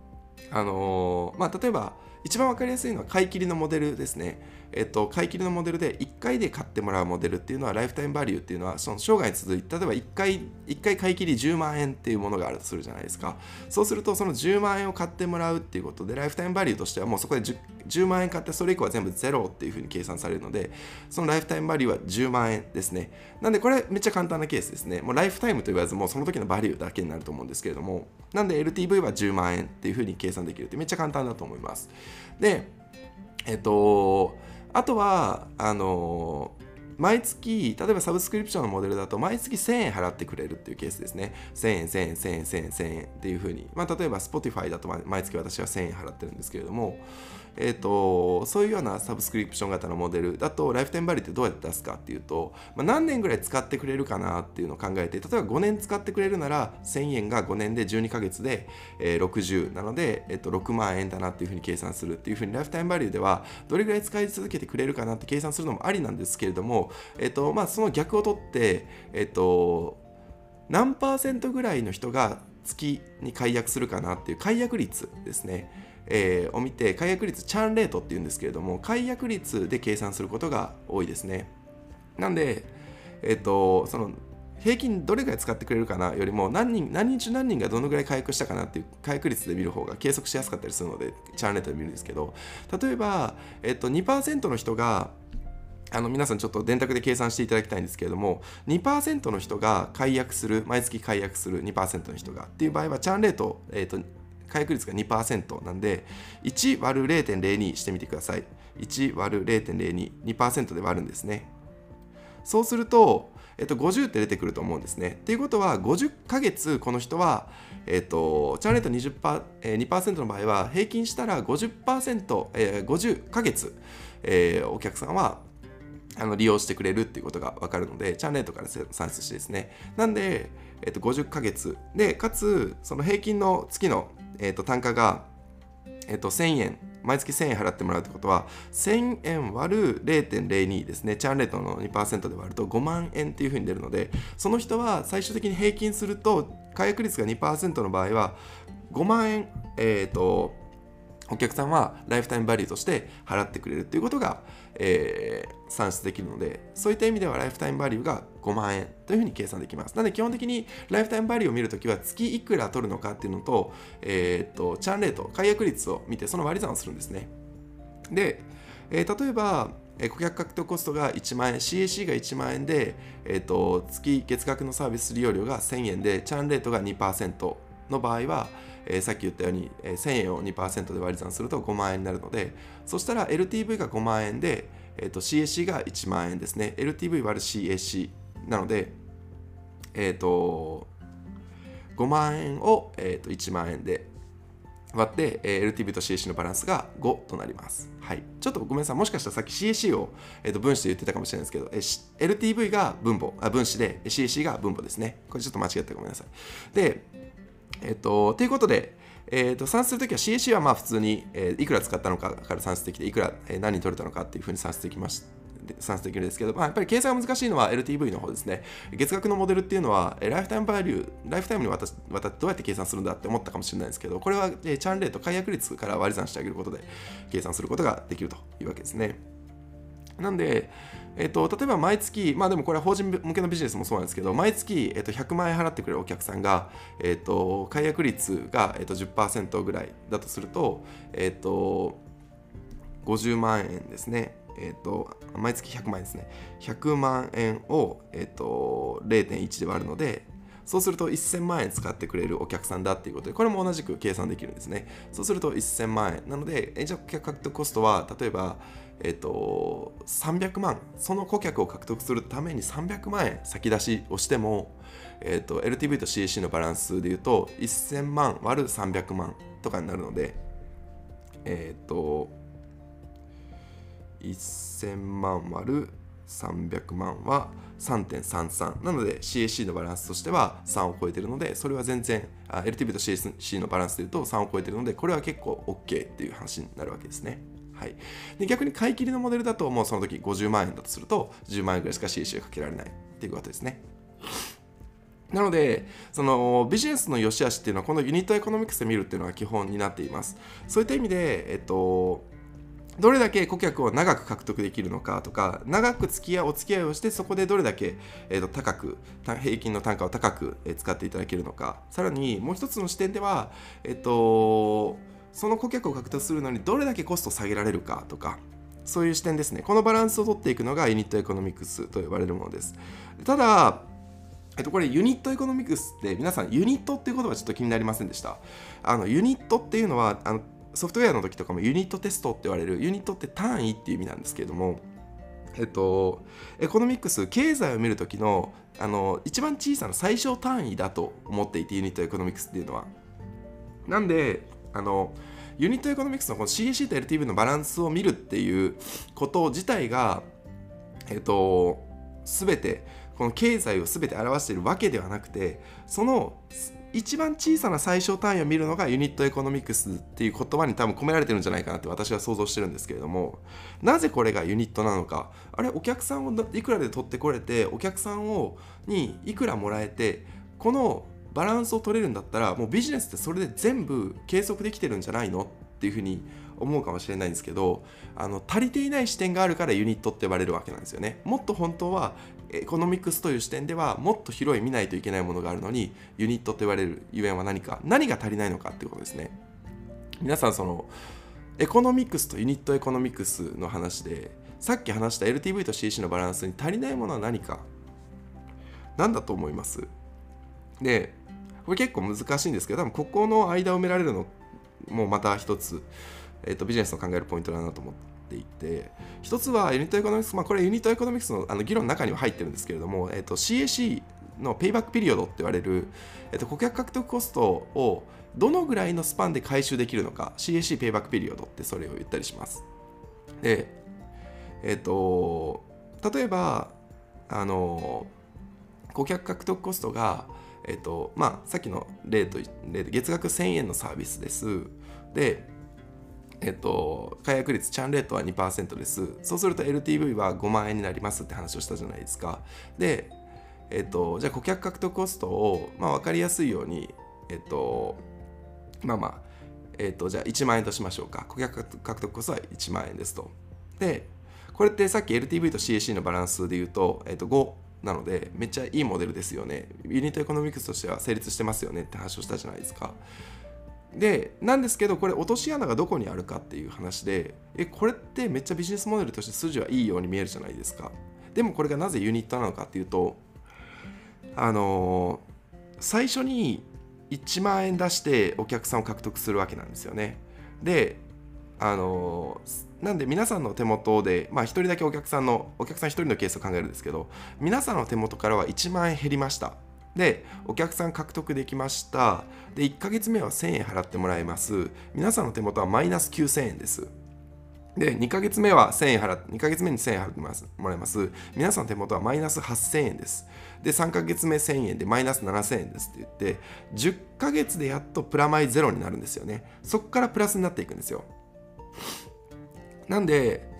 例えば一番分かりやすいのは買い切りのモデルですね。買い切りのモデルで1回で買ってもらうモデルっていうのは、ライフタイムバリューっていうのはその生涯に続いて、例えば1回買い切り10万円っていうものがあるとするじゃないですか。そうするとその10万円を買ってもらうっていうことで、ライフタイムバリューとしてはもうそこで 10万円買って、それ以降は全部ゼロっていうふうに計算されるので、そのライフタイムバリューは10万円ですね。なんでこれめっちゃ簡単なケースですね。もうライフタイムと言わず、もうその時のバリューだけになると思うんですけれども、なんで LTV は10万円っていうふうに計算できるってめっちゃ簡単だと思います。で、あとは毎月、例えばサブスクリプションのモデルだと毎月1000円払ってくれるっていうケースですね。1000円、1000円、1000円、1000円、1000円っていう風に、例えば Spotify だと毎月私は1000円払ってるんですけれども、そういうようなサブスクリプション型のモデルだとライフタイムバリューってどうやって出すかっていうと、何年ぐらい使ってくれるかなっていうのを考えて、例えば5年使ってくれるなら1000円が5年で12ヶ月で、60なので、6万円だなっていうふうに計算するっていうふうに、ライフタイムバリューではどれぐらい使い続けてくれるかなって計算するのもありなんですけれども、その逆を取って、何%ぐらいの人が月に解約するかなっていう解約率ですね、を見て、解約率チャーンレートっていうんですけれども、解約率で計算することが多いですね。なんで、その平均どれぐらい使ってくれるかなよりも、何人中何人がどのぐらい解約したかなっていう解約率で見る方が計測しやすかったりするので、チャーンレートで見るんですけど、例えば、2% の人が皆さんちょっと電卓で計算していただきたいんですけれども、2% の人が解約する、毎月解約する 2% の人がっていう場合は、チャーンレート、解約率が 2% なんで、1割る 0.02 してみてください。1割る 0.02、2% で割るんですね。そうすると、50って出てくると思うんですね。っていうことは、50ヶ月この人は、チャーンレート 2% の場合は、平均したら 50%、50ヶ月、お客さんは利用してくれるっていうことが分かるので、チャーンレートから算出してですね。なんで、50ヶ月で、かつその平均の月の、単価が、1000円、毎月1000円払ってもらうってことは、1000円割る 0.02 ですね、チャーンレートの 2% で割ると5万円っていうふうに出るので、その人は最終的に平均すると、解約率が 2% の場合は、5万円、お客さんはライフタイムバリューとして払ってくれるっていうことが、算出できるので、そういった意味ではライフタイムバリューが5万円というふうに計算できます。なので基本的にライフタイムバリューを見るときは月いくら取るのかっていうのと、チャーンレート、解約率を見てその割り算をするんですね。で、例えば顧客獲得コストが1万円、CAC が1万円で、月額のサービス利用料が1000円で、チャーンレートが 2% の場合は、さっき言ったように、1000円を 2% で割り算すると5万円になるので、そしたら LTV が5万円で、CAC が1万円ですね。LTV 割る CAC なので、5万円を、1万円で割って、LTV と CAC のバランスが5となります。はい、ちょっとごめんなさい、もしかしたらさっき CAC を、分子で言ってたかもしれないですけど、LTV が分子で CAC が分母ですね。これちょっと間違ったらごめんなさい。で、ということで、算出するときは CAC はまあ普通に、いくら使ったのかから算出できて、いくら、何に取れたのかっていうふうに算出できます。算出できるんですけど、やっぱり計算が難しいのは LTV の方ですね。月額のモデルっていうのは、ライフタイムバリュー、ライフタイムにわたってどうやって計算するんだって思ったかもしれないですけど、これは、チャーンレート、解約率から割り算してあげることで計算することができるというわけですね。なんで、例えば毎月、でもこれは法人向けのビジネスもそうなんですけど、毎月、100万円払ってくれるお客さんが、解約率が、10% ぐらいだとすると、50万円ですね。毎月100万円ですね。100万円を、0.1 で割るので、そうすると1000万円使ってくれるお客さんだっていうことで、これも同じく計算できるんですね。そうすると1000万円。なので、じゃあ顧客獲得コストは、例えば、300万、その顧客を獲得するために300万円先出しをしても、LTV と CAC のバランスでいうと、1000万割る300万とかになるので、1000万割る300万は 3.33 なので CAC のバランスとしては3を超えているので、それは全然LTV と CAC のバランスでいうと3を超えているので、これは結構 OK っていう話になるわけですね。はい、で逆に買い切りのモデルだと、もうその時50万円だとすると10万円ぐらいしか CAC がかけられないっていうことですね。なので、そのビジネスの良し悪しっていうのは、このユニットエコノミクスで見るっていうのが基本になっています。そういった意味で、どれだけ顧客を長く獲得できるのかとか、長くお付き合いをして、そこでどれだけ、高く、平均の単価を高く使っていただけるのか。さらにもう一つの視点では、その顧客を獲得するのにどれだけコストを下げられるかとか、そういう視点ですね。このバランスを取っていくのがユニットエコノミクスと呼ばれるものです。ただ、これユニットエコノミクスって皆さんユニットっていう言葉ちょっと気になりませんでした？ユニットっていうのはソフトウェアの時とかもユニットテストって言われる、ユニットって単位っていう意味なんですけれども、エコノミクス、経済を見る時の一番小さな最小単位だと思っていて、ユニットエコノミクスっていうのは。なんでユニットエコノミクスのこの CAC と LTV のバランスを見るっていうこと自体が全てこの経済を全て表しているわけではなくて、その一番小さな最小単位を見るのがユニットエコノミクスっていう言葉に多分込められてるんじゃないかなって私は想像してるんですけれども、なぜこれがユニットなのか。お客さんをいくらで取ってこれて、お客さんにいくらもらえて、このバランスを取れるんだったら、もうビジネスってそれで全部計測できてるんじゃないのっていうふうに思うかもしれないんですけど、足りていない視点があるからユニットって呼ばれるわけなんですよね。もっと本当はエコノミクスという視点ではもっと広い見ないといけないものがあるのに、ユニットと言われるゆえんは何が足りないのかっていうことですね。皆さん、そのエコノミクスとユニットエコノミクスの話で、さっき話した LTV と CAC のバランスに足りないものは何だと思います？で、これ結構難しいんですけど、多分ここの間を埋められるのもまた一つ、ビジネスの考えるポイントだなと思っていて、一つはユニットエコノミクス、これユニットエコノミクスの議論の中には入ってるんですけれども、CAC のペイバックピリオドって言われる、顧客獲得コストをどのぐらいのスパンで回収できるのか、 CAC ペイバックピリオドってそれを言ったりします。で、 例えば顧客獲得コストが、さっきの例で月額1000円のサービスです。で、解約率チャンレートは 2% です。そうすると LTV は5万円になりますって話をしたじゃないですか。で、じゃあ顧客獲得コストを、分かりやすいように、じゃあ1万円としましょうか。顧客獲得コストは1万円ですと。で、これってさっき LTV と CAC のバランスで言うと、5なのでめっちゃいいモデルですよね。ユニットエコノミクスとしては成立してますよねって話をしたじゃないですか。で、なんですけど、これ落とし穴がどこにあるかっていう話で、これってめっちゃビジネスモデルとして筋はいいように見えるじゃないですか。でもこれがなぜユニットなのかっていうと、最初に1万円出してお客さんを獲得するわけなんですよね。で、なんで皆さんの手元で、1人だけお客さん1人のケースを考えるんですけど、皆さんの手元からは1万円減りました。で、お客さん獲得できました。で、1ヶ月目は1000円払ってもらいます。皆さんの手元はマイナス9000円です。で、2ヶ月目は2ヶ月目に1000円払ってもらいます。皆さんの手元はマイナス8000円です。で、3ヶ月目1000円でマイナス7000円ですって言って、10ヶ月でやっとプラマイゼロになるんですよね。そこからプラスになっていくんですよ。なんで、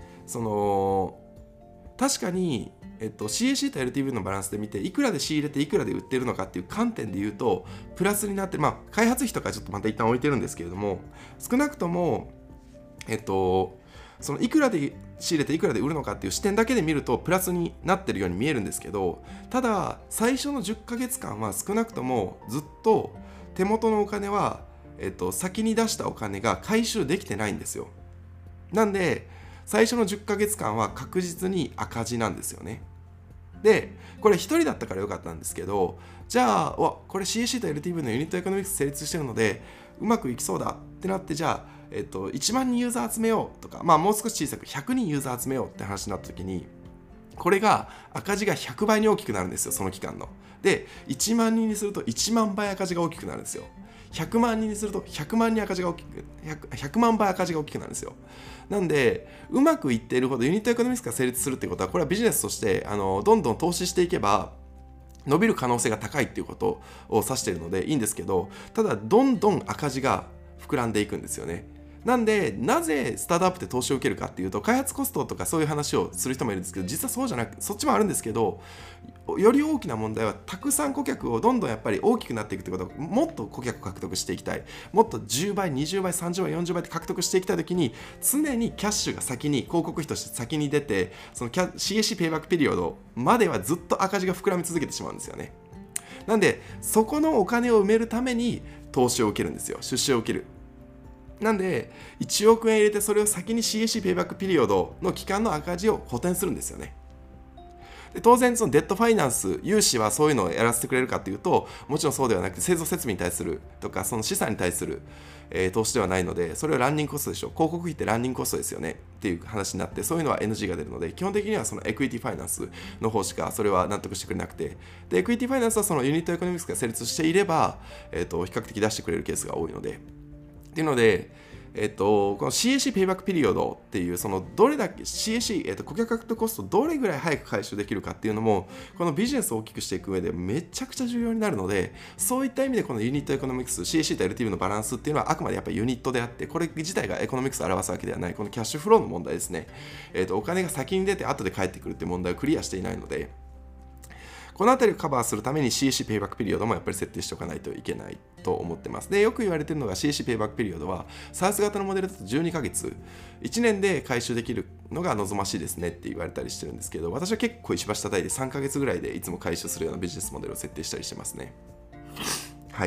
確かに、CAC と LTV のバランスで見て、いくらで仕入れていくらで売ってるのかっていう観点で言うと、プラスになって、開発費とかちょっとまた一旦置いてるんですけれども、少なくとも、そのいくらで仕入れていくらで売るのかっていう視点だけで見るとプラスになってるように見えるんですけど、ただ最初の10ヶ月間は少なくともずっと手元のお金は、先に出したお金が回収できてないんですよ。なんで最初の10ヶ月間は確実に赤字なんですよね。で、これ1人だったからよかったんですけど、じゃあこれ CAC と LTV のユニットエコノミクス成立してるのでうまくいきそうだってなって、じゃあ1万人ユーザー集めようとか、もう少し小さく100人ユーザー集めようって話になった時に、これが赤字が100倍に大きくなるんですよ、その期間の。で、1万人にすると1万倍赤字が大きくなるんですよ。100万人にすると100万人赤字が大きく100万倍赤字が大きくなるんですよ。なんで、うまくいっているほどユニットエコノミクスが成立するってことは、これはビジネスとしてどんどん投資していけば伸びる可能性が高いっていうことを指しているのでいいんですけど、ただどんどん赤字が膨らんでいくんですよね。なんで、なぜスタートアップで投資を受けるかっていうと、開発コストとかそういう話をする人もいるんですけど、実はそうじゃなく、そっちもあるんですけど、より大きな問題はたくさん顧客をどんどんやっぱり大きくなっていくってことは、もっと顧客を獲得していきたい、もっと10倍20倍30倍40倍って獲得していきたいときに、常にキャッシュが先に広告費として先に出て、その CAC ペイバックピリオドまではずっと赤字が膨らみ続けてしまうんですよね。なんで、そこのお金を埋めるために投資を受けるんですよ、出資を受ける。なんで、1億円入れてそれを先に CAC ペイバックピリオドの期間の赤字を補填するんですよね。で、当然そのデッドファイナンス、融資はそういうのをやらせてくれるかというと、もちろんそうではなくて、製造設備に対するとかその資産に対する、投資ではないので、それはランニングコストでしょ。広告費ってランニングコストですよねっていう話になって、そういうのは NG が出るので、基本的にはそのエクイティファイナンスの方しかそれは納得してくれなくて、でエクイティファイナンスはそのユニットエコノミクスが成立していれば、比較的出してくれるケースが多いので、っていうので、この CAC ペイバックピリオドっていう、そのどれだけ CAC、顧客獲得コストどれぐらい早く回収できるかっていうのも、このビジネスを大きくしていく上でめちゃくちゃ重要になるので、そういった意味でこのユニットエコノミクス、CAC と LTV のバランスっていうのはあくまでやっぱりユニットであって、これ自体がエコノミクスを表すわけではない、このキャッシュフローの問題ですね。お金が先に出て後で返ってくるっていう問題をクリアしていないので、このあたりをカバーするために CAC ペイバックピリオドもやっぱり設定しておかないといけないと思ってます。で、よく言われているのが CAC ペイバックピリオドは SaaS 型のモデルだと12ヶ月、1年で回収できるのが望ましいですねって言われたりしてるんですけど、私は結構石橋叩いて3ヶ月ぐらいでいつも回収するようなビジネスモデルを設定したりしてますね。はい。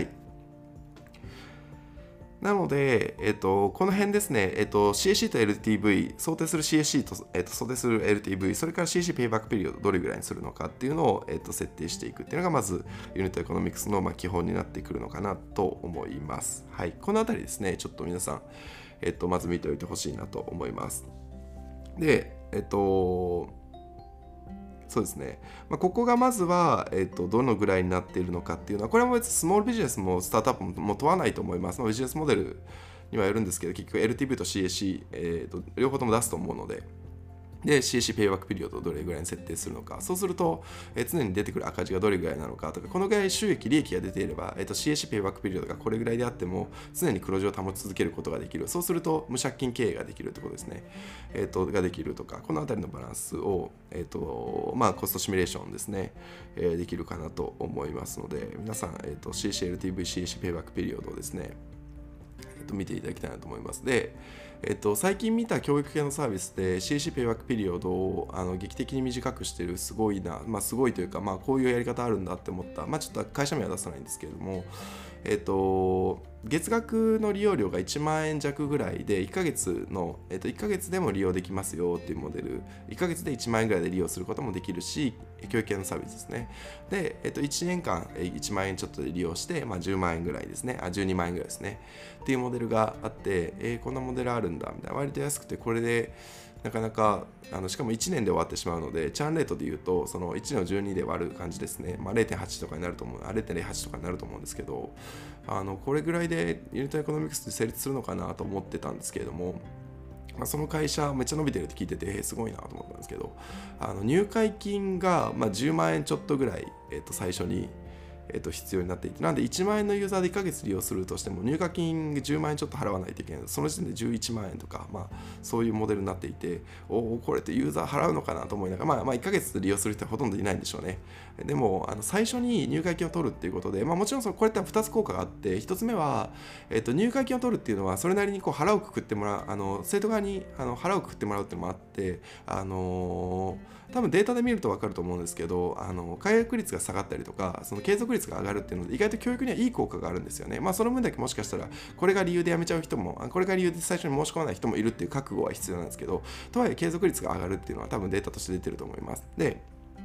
なので、この辺ですね、CAC と LTV、想定する CAC と、想定する LTV、それから CAC ペイバックピリオドどれぐらいにするのかっていうのを、設定していくっていうのが、まずユニットエコノミクスの、基本になってくるのかなと思います。はい。このあたりですね、ちょっと皆さん、まず見ておいてほしいなと思います。で、そうですね。ここがまずは、どのぐらいになっているのかっていうのは、これも別にスモールビジネスもスタートアップも問わないと思います。ビジネスモデルにはよるんですけど、結局 LTV と CAC、両方とも出すと思うので、 で CAC ペイバックピリオドをどれぐらいに設定するのか。そうすると、常に出てくる赤字がどれぐらいなのかとか、このぐらい収益利益が出ていれば、CAC ペイバックピリオドがこれぐらいであっても常に黒字を保ち続けることができる。そうすると無借金経営ができるということですね。ができるとか、このあたりのバランスを、コストシミュレーションですね、できるかなと思いますので、皆さん、CAC、LTV、CAC ペイバックピリオドをですね、見ていただきたいなと思います。で、最近見た教育系のサービスで CAC ペイバックピリオドを劇的に短くしてるすごいな、すごいというか、こういうやり方あるんだって思った、ちょっと会社名は出さないんですけれども、月額の利用料が1万円弱ぐらいで1ヶ月でも利用できますよっていうモデル、1ヶ月で1万円ぐらいで利用することもできるし、教育系のサービスですね。で、1年間1万円ちょっとで利用して、10万円ぐらいですね、12万円ぐらいですねっていうモデルがあって、こんなモデルあるんだみたいな、割と安くて、これでなかなかしかも1年で終わってしまうので、チャーンレートでいうとその1の12で割る感じですね、0.8 とかになると思う、0.08 とかになると思うんですけど、これぐらいでユニットエコノミクスで成立するのかなと思ってたんですけれども、その会社めっちゃ伸びてるって聞いててすごいなと思ったんですけど、入会金が10万円ちょっとぐらい、最初に必要になっていて、なんで1万円のユーザーで1ヶ月利用するとしても入会金10万円ちょっと払わないといけない、その時点で11万円とか、そういうモデルになっていて、これってユーザー払うのかなと思いながら、1ヶ月利用する人はほとんどいないんでしょうね。でも最初に入会金を取るっていうことで、もちろんこれって2つ効果があって、1つ目は、入会金を取るっていうのはそれなりに腹をくくってもらう、生徒側に腹をくくってもらうっていうのもあって、多分データで見ると分かると思うんですけど、解約率が下がったりとか、その継続率が上がるっていうので、意外と教育にはいい効果があるんですよね。その分だけもしかしたらこれが理由で辞めちゃう人も、これが理由で最初に申し込まない人もいるっていう覚悟は必要なんですけど、とはいえ継続率が上がるっていうのは多分データとして出てると思います。で、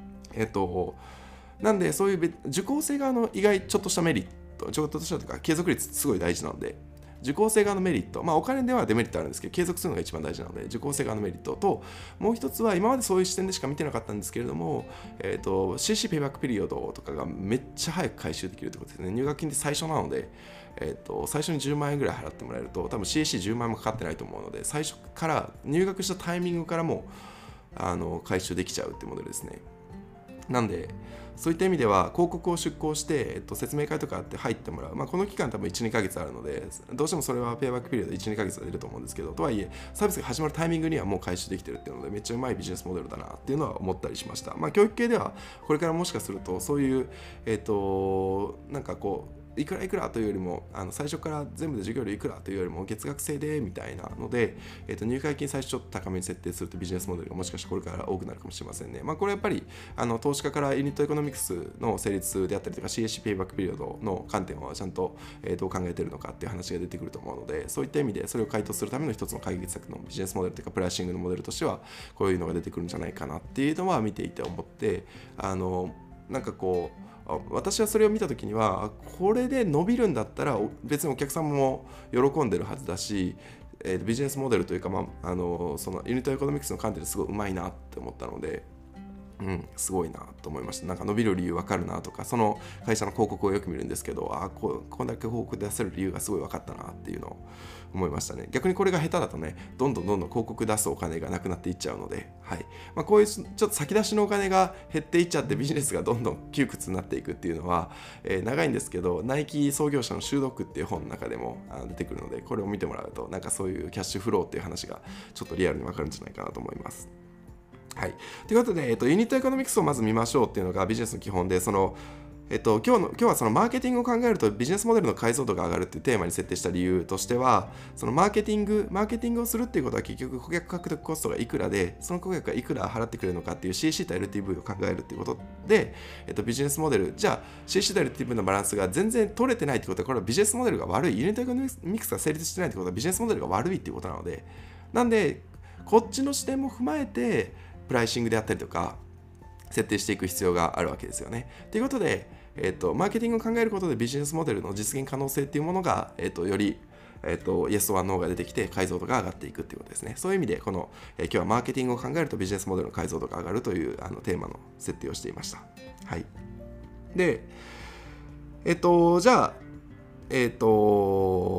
なんでそういう受講生側の意外ちょっとしたメリット、ちょっとしたというか継続率すごい大事なので、受講生側のメリット、お金ではデメリットあるんですけど、継続するのが一番大事なので、受講生側のメリットと、もう一つは今までそういう視点でしか見てなかったんですけれども、CC ペイバックピリオドとかがめっちゃ早く回収できるということですね。入学金って最初なので、最初に10万円ぐらい払ってもらえると、多分 CAC10 万円もかかってないと思うので、最初から入学したタイミングからも回収できちゃうっていうモデルですね。なんでそういった意味では広告を出稿して、説明会とかあって入ってもらう、この期間多分 1,2 ヶ月あるので、どうしてもそれはペイバックピリオド 1,2 ヶ月は出ると思うんですけど、とはいえサービスが始まるタイミングにはもう回収できてるっていうので、めっちゃうまいビジネスモデルだなっていうのは思ったりしました。教育系ではこれからもしかするとそういうなんかこういくらいくらというよりも、最初から全部で授業料いくらというよりも月額制でみたいなので、入会金最初ちょっと高めに設定するとビジネスモデルがもしかしてこれから多くなるかもしれませんね。これやっぱり投資家からユニットエコノミクスの成立であったりとか CAC ペイバックピリオドの観点をちゃんとどう考えているのかっていう話が出てくると思うので、そういった意味でそれを回答するための一つの解決策のビジネスモデルというかプライシングのモデルとしてはこういうのが出てくるんじゃないかなっていうのは見ていて思って、なんかこう私はそれを見たときにはこれで伸びるんだったら別にお客さんも喜んでるはずだし、ビジネスモデルというか、そのユニットエコノミクスの観点ですごいうまいなって思ったので、すごいなと思いました。なんか伸びる理由分かるなとか、その会社の広告をよく見るんですけど、こんだけ広告出せる理由がすごい分かったなっていうのを思いましたね。逆にこれが下手だとね、どんどん広告出すお金がなくなっていっちゃうので、こういうちょっと先出しのお金が減っていっちゃってビジネスがどんどん窮屈になっていくっていうのは、長いんですけど、ナイキ創業者の習得っていう本の中でも出てくるので、これを見てもらうとなんかそういうキャッシュフローっていう話がちょっとリアルに分かるんじゃないかなと思います。ということで、ユニットエコノミクスをまず見ましょうっていうのがビジネスの基本で、今日はそのマーケティングを考えるとビジネスモデルの解像度が上がるっていうテーマに設定した理由としては、そのマーケティングをするっていうことは結局顧客獲得コストがいくらで、その顧客がいくら払ってくれるのかっていう CC と LTV を考えるっていうことで、ビジネスモデル、じゃあ CC と LTV のバランスが全然取れてないってことは、これはビジネスモデルが悪い、ユニットエコノミクスが成立してないってことはビジネスモデルが悪いっていうことなので、なんでこっちの視点も踏まえてプライシングであったりとか設定していく必要があるわけですよね。ということで、マーケティングを考えることでビジネスモデルの実現可能性っていうものが、より、Yes or No が出てきて解像度が上がっていくっていうことですね。そういう意味でこの、今日はマーケティングを考えるとビジネスモデルの解像度が上がるというテーマの設定をしていました。で、じゃあ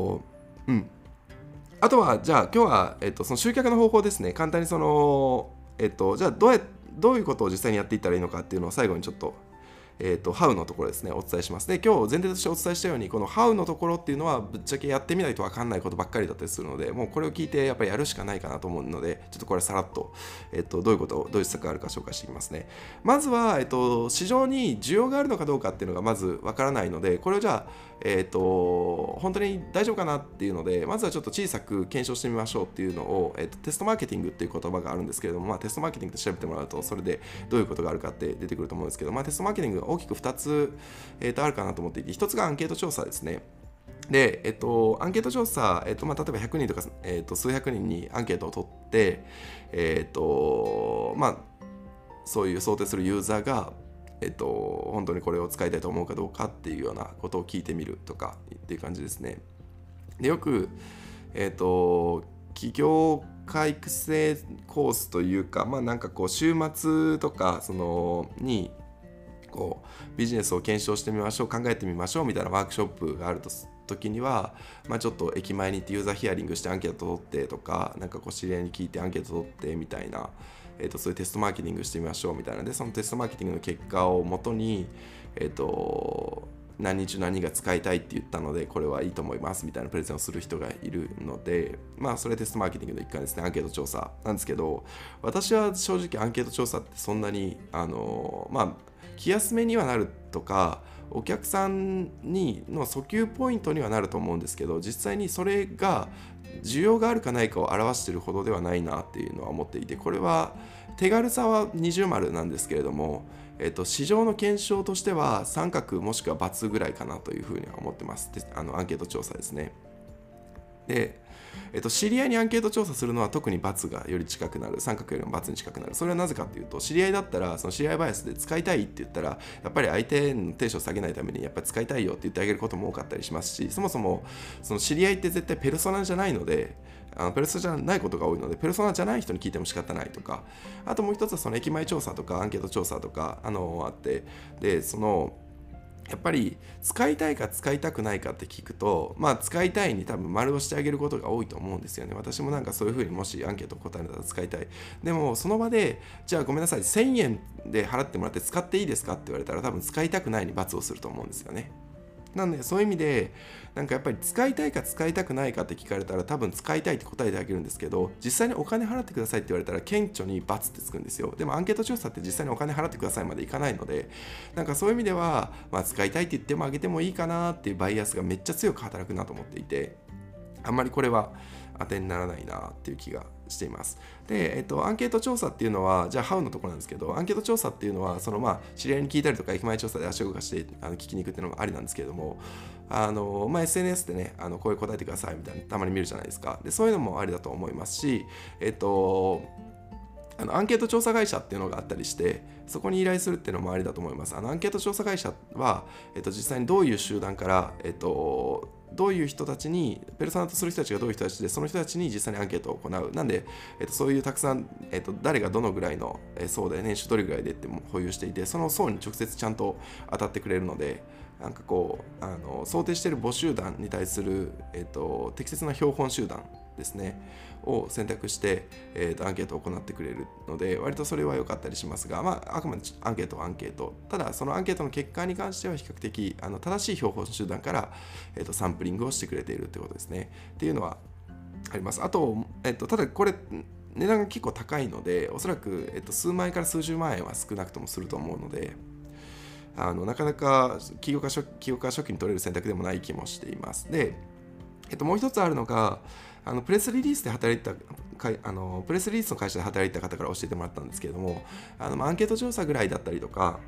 あとはじゃあ今日は、その集客の方法ですね。簡単にそのじゃあどういうことを実際にやっていったらいいのかっていうのを最後にちょっとHow のところですね、お伝えします。で、今日前提としてお伝えしたように、この How のところっていうのは、ぶっちゃけやってみないと分かんないことばっかりだったりするので、もうこれを聞いてやっぱりやるしかないかなと思うので、ちょっとこれさらっと、どういう施策があるか紹介していきますね。まずは、市場に需要があるのかどうかっていうのがまず分からないので、これをじゃあ、本当に大丈夫かなっていうので、まずはちょっと小さく検証してみましょうっていうのを、テストマーケティングっていう言葉があるんですけれども、テストマーケティングって調べてもらうと、それでどういうことがあるかって出てくると思うんですけど、テストマーケティングが大きく2つ、あるかなと思っていて、1つがアンケート調査ですね。で、アンケート調査、例えば100人とか、数百人にアンケートを取って、そういう想定するユーザーが本当にこれを使いたいと思うかどうかっていうようなことを聞いてみるとかっていう感じですね。でよく、起業家育成コースというか、なんかこう週末とかにこうビジネスを検証してみましょう、考えてみましょうみたいなワークショップがある時には、ちょっと駅前に行ってユーザーヒアリングしてアンケート取ってとか、なんかこう知り合いに聞いてアンケート取ってみたいな、そういうテストマーケティングしてみましょうみたいなで、そのテストマーケティングの結果をもとに、何日何が使いたいって言ったのでこれはいいと思いますみたいなプレゼンをする人がいるので、それテストマーケティングの一環ですね。アンケート調査なんですけど、私は正直アンケート調査ってそんなに気休めにはなるとかお客さんの訴求ポイントにはなると思うんですけど、実際にそれが需要があるかないかを表しているほどではないなっていうのは思っていて、これは手軽さは二重丸なんですけれども、市場の検証としては三角もしくは×ぐらいかなというふうには思ってます。アンケート調査ですね。で、知り合いにアンケート調査するのは特に×がより近くなる、三角よりも×に近くなる。それはなぜかというと、知り合いだったらその知り合いバイアスで使いたいって言ったら、やっぱり相手のテンションを下げないためにやっぱり使いたいよって言ってあげることも多かったりしますし、そもそもその知り合いって絶対ペルソナじゃないので、ペルソナじゃないことが多いので、ペルソナじゃない人に聞いても仕方ないとか、あともう一つはその駅前調査とかアンケート調査とかあって、でやっぱり使いたいか使いたくないかって聞くと、使いたいに多分丸をしてあげることが多いと思うんですよね。私もなんかそういうふうにもしアンケートを答えたら使いたい。でもその場で、じゃあごめんなさい、1000円で払ってもらって使っていいですかって言われたら多分使いたくないに×をすると思うんですよね。なのでそういう意味でなんかやっぱり使いたいか使いたくないかって聞かれたら多分使いたいって答えてあげるんですけど、実際にお金払ってくださいって言われたら顕著に×ってつくんですよ。でもアンケート調査って実際にお金払ってくださいまでいかないので、なんかそういう意味では、使いたいって言ってもあげてもいいかなっていうバイアスがめっちゃ強く働くなと思っていて、あんまりこれは当てにならないなっていう気がしています。で、アンケート調査っていうのは、じゃあ How のところなんですけど、アンケート調査っていうのは知り合いに聞いたりとか駅前調査で足を動かして聞きに行くっていうのがありなんですけれども、SNS でねこういう答えてくださいみたいなたまに見るじゃないですか。でそういうのもありだと思いますし、アンケート調査会社っていうのがあったりして、そこに依頼するっていうのもありだと思います。アンケート調査会社は、実際にどういう集団から、どういう人たちに、ペルソナとする人たちがどういう人たちで、その人たちに実際にアンケートを行う。なんで、そういうたくさん、誰がどのぐらいの層で、年収どれぐらいでって保有していて、その層に直接ちゃんと当たってくれるので、なんかこう想定している母集団に対する、適切な標本集団ですねを選択して、アンケートを行ってくれるので、割とそれは良かったりしますが、あくまでアンケートはアンケート、ただそのアンケートの結果に関しては比較的正しい標本集団から、サンプリングをしてくれているということですねっていうのはあります。あと、ただこれ値段が結構高いので、おそらく、数万円から数十万円は少なくともすると思うので、なかなか起業家初期に取れる選択でもない気もしています。で、もう一つあるのが、プレスリリースの会社で働いた方から教えてもらったんですけれども、アンケート調査ぐらいだったりとか、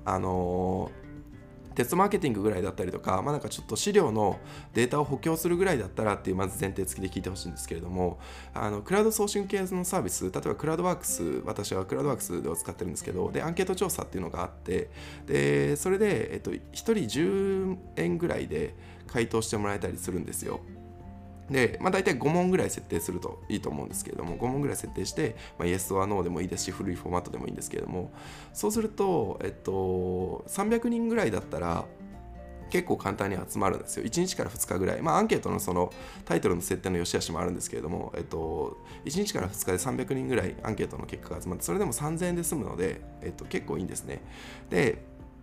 テストマーケティングぐらいだったりとか、なんかちょっと資料のデータを補強するぐらいだったらっていうまず前提付きで聞いてほしいんですけれども、クラウドソーシング系のサービス、例えばクラウドワークス、私はクラウドワークスで使ってるんですけど、でアンケート調査っていうのがあって、でそれで、1人10円ぐらいで回答してもらえたりするんですよ。で、大体5問ぐらい設定するといいと思うんですけれども、5問ぐらい設定して、Yes or No でもいいですし、古いフォーマットでもいいんですけれども、そうすると、300人ぐらいだったら、 結構簡単に集まるんですよ。1日から2日ぐらい。アンケートのそのタイトルの設定の良し悪しもあるんですけれども、1日から2日で300人ぐらいアンケートの結果が集まって、それでも3000円で済むので、結構いいんですね。で、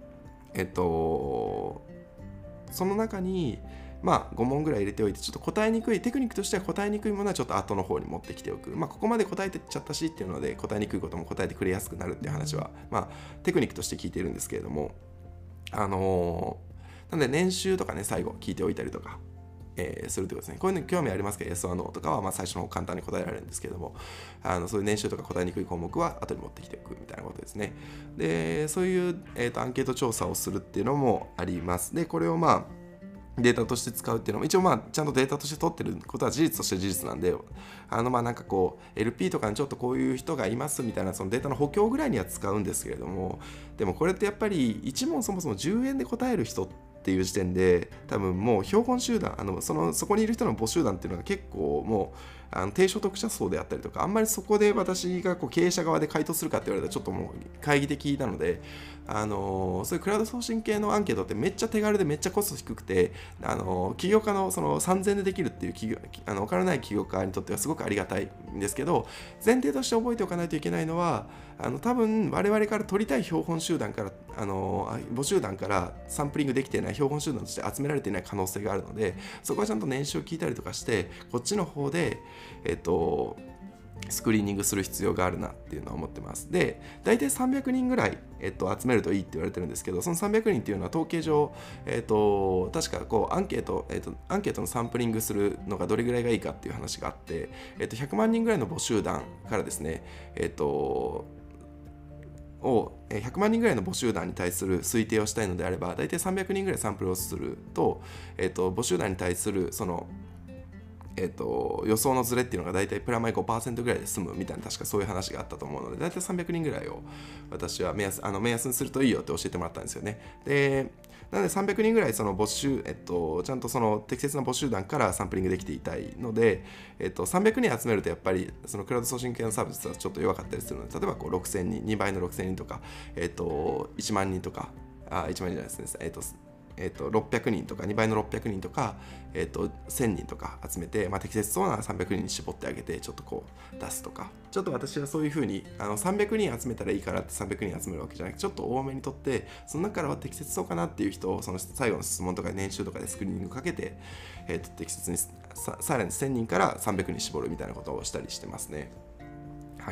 その中に、5問ぐらい入れておいて、ちょっと答えにくい、テクニックとしては答えにくいものはちょっと後の方に持ってきておく。ここまで答えてっちゃったしっていうので、答えにくいことも答えてくれやすくなるっていう話は、テクニックとして聞いているんですけれども、なので練習とかね、最後聞いておいたりとか、するということですね。こういうの興味ありますか Yes or No とかは最初の方簡単に答えられるんですけども、そういう練習とか答えにくい項目は後に持ってきておくみたいなことですね。で、そういう、アンケート調査をするっていうのもあります。で、これをデータとして使うっていうのも、一応ちゃんとデータとして取ってることは事実として事実なんで、なんかこう LP とかにちょっとこういう人がいますみたいなそのデータの補強ぐらいには使うんですけれども、でもこれってやっぱり1問そもそも10円で答える人っていう時点で、多分もう標本集団、そこにいる人の母集団っていうのが結構もう低所得者層であったりとか、あんまりそこで私がこう経営者側で回答するかって言われたらちょっともう懐疑的なので、そういうクラウドソーシング系のアンケートってめっちゃ手軽でめっちゃコスト低くて、起業家のその3000円でできるっていうお金ない起業家にとってはすごくありがたいんですけど、前提として覚えておかないといけないのは、多分我々から取りたい標本集団から母集団からサンプリングできていない標本集団として集められていない可能性があるので、そこはちゃんと年収を聞いたりとかしてこっちの方でスクリーニングする必要があるなっていうのは思ってます。で、大体300人ぐらい、集めるといいって言われてるんですけど、その300人っていうのは統計上、確かこうアンケートのサンプリングするのがどれぐらいがいいかっていう話があって、100万人ぐらいの母集団からですね、100万人ぐらいの母集団に対する推定をしたいのであれば、大体300人ぐらいサンプルをすると、母集団に対するその予想のズレっていうのが大体プラマイ 5% ぐらいで済むみたいな、確かそういう話があったと思うので、大体300人ぐらいを私は目安にするといいよって教えてもらったんですよね。で、なので300人ぐらいその募集、ちゃんとその適切な募集団からサンプリングできていたいので、300人集めるとやっぱりそのクラウドソーシング系のサービスはちょっと弱かったりするので、例えばこう6000人、2倍の6000人とか、1万人とか、1万人じゃないですね、600人とか2倍の600人とか、1000人とか集めて、適切そうな300人に絞ってあげてちょっとこう出すとか、ちょっと私はそういうふうに300人集めたらいいからって300人集めるわけじゃなくて、ちょっと多めにとってその中からは適切そうかなっていう人をその最後の質問とか年収とかでスクリーニングかけて、適切にさらに1000人から300人絞るみたいなことをしたりしてますね。はい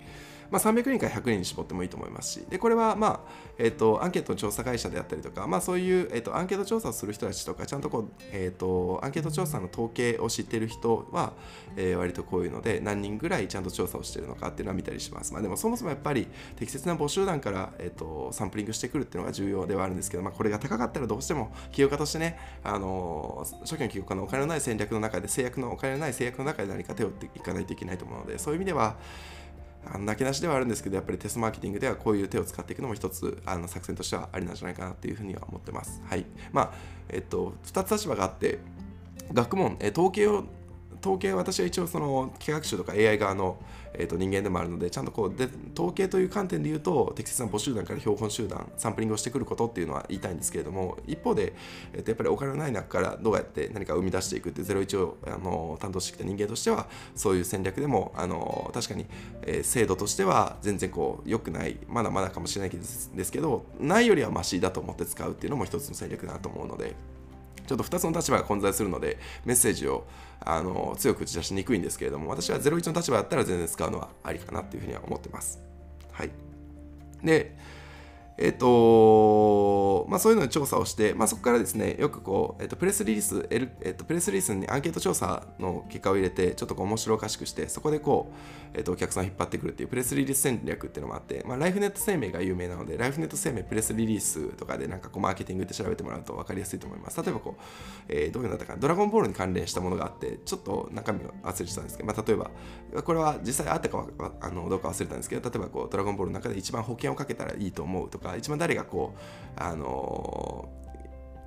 。300人から100人に絞ってもいいと思いますし、でこれは、アンケートの調査会社であったりとか、そういう、アンケート調査をする人たちとか、ちゃんとこう、アンケート調査の統計を知っている人は、割とこういうので何人ぐらいちゃんと調査をしているのかっていうのは見たりします。でもそもそもやっぱり適切な募集団から、サンプリングしてくるっていうのが重要ではあるんですけど、これが高かったらどうしても起業家としてね、初期の起業家のお金のない戦略の中で、お金のない制約の中で何か手を打っていかないといけないと思うので、そういう意味ではなけなしではあるんですけど、やっぱりテストマーケティングではこういう手を使っていくのも一つ作戦としてはありなんじゃないかなっていうふうには思ってます。はい。2つ立場があって、学問、統計は私は一応その機械学習とか AI 側の、人間でもあるので、ちゃんとこう統計という観点で言うと適切な母集団から標本集団サンプリングをしてくることっていうのは言いたいんですけれども、一方で、やっぱりお金のない中からどうやって何か生み出していくって01を担当してきた人間としては、そういう戦略でも確かに、精度としては全然こう良くない、まだまだかもしれないですけど、ないよりはマシだと思って使うっていうのも一つの戦略だなと思うので、ちょっと2つの立場が混在するのでメッセージを強く打ち出しにくいんですけれども、私は01の立場だったら全然使うのはありかなっていうふうには思ってます。はい。で、そういうので調査をして、そこからですね、よくこう、プレスリリースにアンケート調査の結果を入れて、ちょっとこう面白おかしくして、そこでこう、お客さんを引っ張ってくるっていうプレスリリース戦略っていうのもあって、ライフネット生命が有名なので、ライフネット生命プレスリリースとかでなんかこうマーケティングって調べてもらうと分かりやすいと思います。例えばこう、どういうのだったかな、ドラゴンボールに関連したものがあって、ちょっと中身を忘れてたんですけど、例えば、これは実際あったかどうか忘れたんですけど、例えばこうドラゴンボールの中で一番保険をかけたらいいと思うとか、一番誰がこう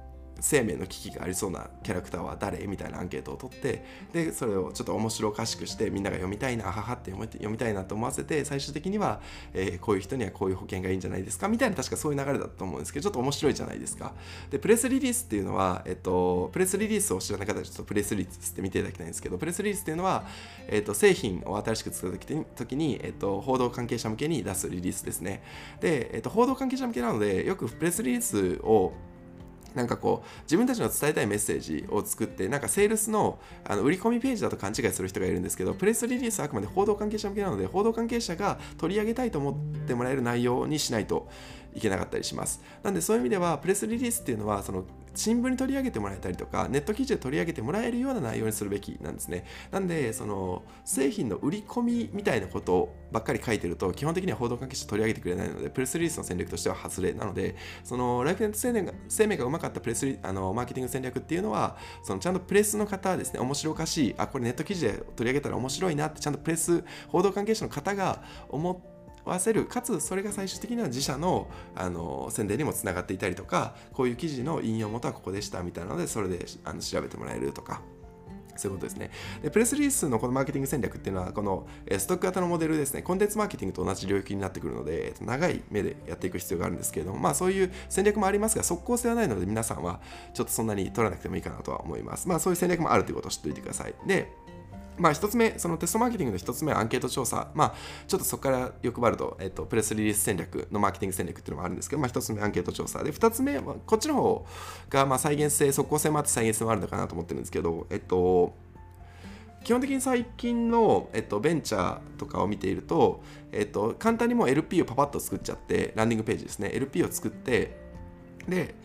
生命の危機がありそうなキャラクターは誰みたいなアンケートを取って、でそれをちょっと面白おかしくしてみんなが読みたいな、あははって読みたいなと思わせて、最終的には、こういう人にはこういう保険がいいんじゃないですかみたいな、確かそういう流れだと思うんですけど、ちょっと面白いじゃないですか。でプレスリリースっていうのは、プレスリリースを知らない方はちょっとプレスリリースって見ていただきたいんですけど、プレスリリースっていうのは、製品を新しく作った時に、報道関係者向けに出すリリースですね。で、報道関係者向けなので、よくプレスリリースをなんかこう自分たちの伝えたいメッセージを作って、なんかセールスの売り込みページだと勘違いする人がいるんですけど、プレスリリースはあくまで報道関係者向けなので、報道関係者が取り上げたいと思ってもらえる内容にしないといけなかったりします。なんでそういう意味ではプレスリリースっていうのは、その新聞に取り上げてもらえたりとかネット記事で取り上げてもらえるような内容にするべきなんですね。なんでその製品の売り込みみたいなことばっかり書いてると、基本的には報道関係者取り上げてくれないので、プレスリリースの戦略としては外れなので、そのライフネット生命がうまかったマーケティング戦略っていうのは、そのちゃんとプレスの方ですね、面白おかしい、これネット記事で取り上げたら面白いなって、ちゃんとプレス報道関係者の方が思ってわせる、かつそれが最終的には自社の、宣伝にもつながっていたりとか、こういう記事の引用元はここでしたみたいなので、それで調べてもらえるとか、そういうことですね。でプレスリリースのこのマーケティング戦略っていうのは、このストック型のモデルですね、コンテンツマーケティングと同じ領域になってくるので、長い目でやっていく必要があるんですけれども、そういう戦略もありますが、即効性はないので、皆さんはちょっとそんなに取らなくてもいいかなとは思います。そういう戦略もあるということを知っておいてください。で一つ目、そのテストマーケティングの一つ目はアンケート調査。ちょっとそこから欲張ると、プレスリリース戦略のマーケティング戦略っていうのもあるんですけど、一つ目アンケート調査で、二つ目はこっちの方が再現性、即効性もあって再現性もあるのかなと思ってるんですけど、基本的に最近の、ベンチャーとかを見ていると、簡単にもう LP をパパッと作っちゃって、ランディングページですね、LP を作って、で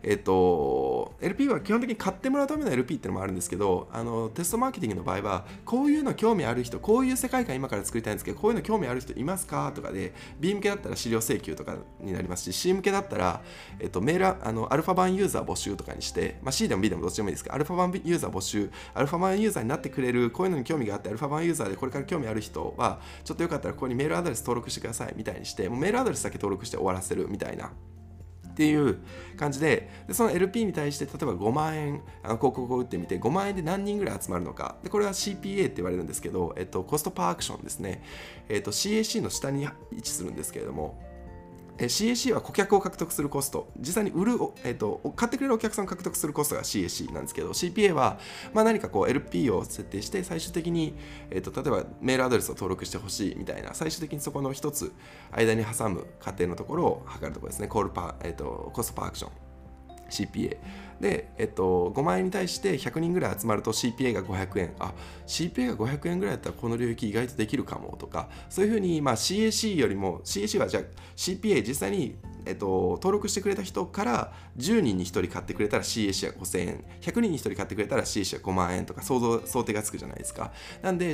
LP は基本的に買ってもらうための LP っていうのもあるんですけど、テストマーケティングの場合は、こういうの興味ある人、こういう世界観今から作りたいんですけど、こういうの興味ある人いますかとかで、B 向けだったら資料請求とかになりますし、C 向けだったら、メールアルファ版ユーザー募集とかにして、C でも B でもどっちでもいいですけど、アルファ版ユーザー募集、アルファ版ユーザーになってくれる、こういうのに興味があって、アルファ版ユーザーでこれから興味ある人は、ちょっとよかったらここにメールアドレス登録してくださいみたいにして、もうメールアドレスだけ登録して終わらせるみたいな。っていう感じで、その LP に対して例えば5万円広告を打ってみて、5万円で何人ぐらい集まるのか、でこれは CPA って言われるんですけど、コストパーアクションですね、CAC の下に位置するんですけれども、CAC は顧客を獲得するコスト、実際に買ってくれるお客さんを獲得するコストが CAC なんですけど、CPA は何かLP を設定して、最終的に、例えばメールアドレスを登録してほしいみたいな、最終的にそこの一つ間に挟む過程のところを測るところですね、コストパーアクション。CPA で、5万円に対して100人ぐらい集まると CPA が500円、CPA が500円ぐらいだったらこの領域意外とできるかもとか、そういうふうに、CAC よりも CAC はじゃあ CPA 実際に、登録してくれた人から10人に1人買ってくれたら CAC は5000円、100人に1人買ってくれたら CAC は5万円とか想定がつくじゃないですか。なんで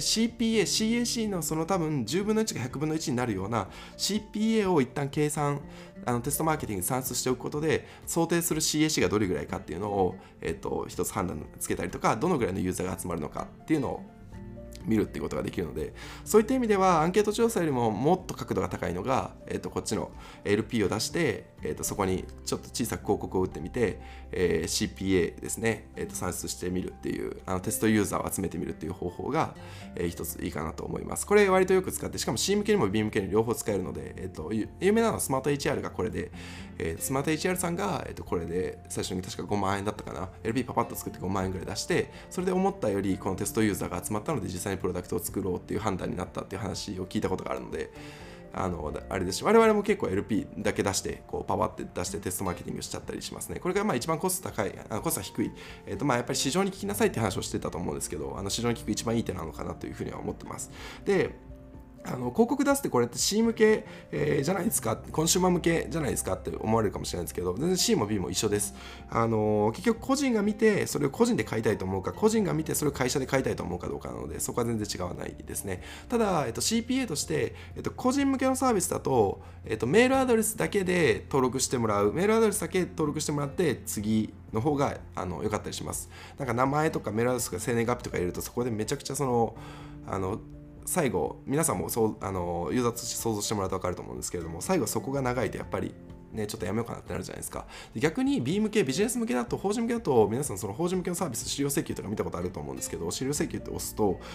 CAC のその多分10分の1が100分の1になるような CPA を一旦計算、テストマーケティングに算出しておくことで、想定する CAC がどれぐらいかっていうのを、一つ判断つけたりとか、どのぐらいのユーザーが集まるのかっていうのを見るっていうことができるので、そういった意味ではアンケート調査よりももっと角度が高いのが、こっちの LP を出して、そこにちょっと小さく広告を打ってみて、CPA ですね、算出してみるっていうテストユーザーを集めてみるっていう方法が、一ついいかなと思います。これ割とよく使って、しかも C 向けにも B 向けに両方使えるので、有名なのはスマート HR がこれで、スマート HR さんが、これで最初に確か5万円だったかな、 LP パパッと作って5万円ぐらい出して、それで思ったよりこのテストユーザーが集まったので実際にプロダクトを作ろうっていう判断になったっていう話を聞いたことがあるので、あれですし、我々も結構 LP だけ出してパパって出してテストマーケティングしちゃったりしますね。これが一番コスト高い、コスト低い、やっぱり市場に聞きなさいって話をしてたと思うんですけど、市場に聞く一番いい手なのかなというふうには思ってます。で広告出すってこれって C 向け、じゃないですか、コンシューマー向けじゃないですかって思われるかもしれないですけど、全然 C も B も一緒です。結局個人が見てそれを個人で買いたいと思うか、個人が見てそれを会社で買いたいと思うかどうかなので、そこは全然違わないですね。ただ、CPA として、個人向けのサービスだと、メールアドレスだけで登録してもらう、メールアドレスだけ登録してもらって次の方が良かったりします。なんか名前とかメールアドレスとか生年月日とか入れると、そこでめちゃくちゃ最後皆さんもユーザーとして想像してもらうと分かると思うんですけれども、最後そこが長いとやっぱりね、ちょっとやめようかなってなるじゃないですか。で逆に B 向け、ビジネス向けだと、法人向けだと、皆さんその法人向けのサービス、資料請求とか見たことあると思うんですけど、資料請求って押すと、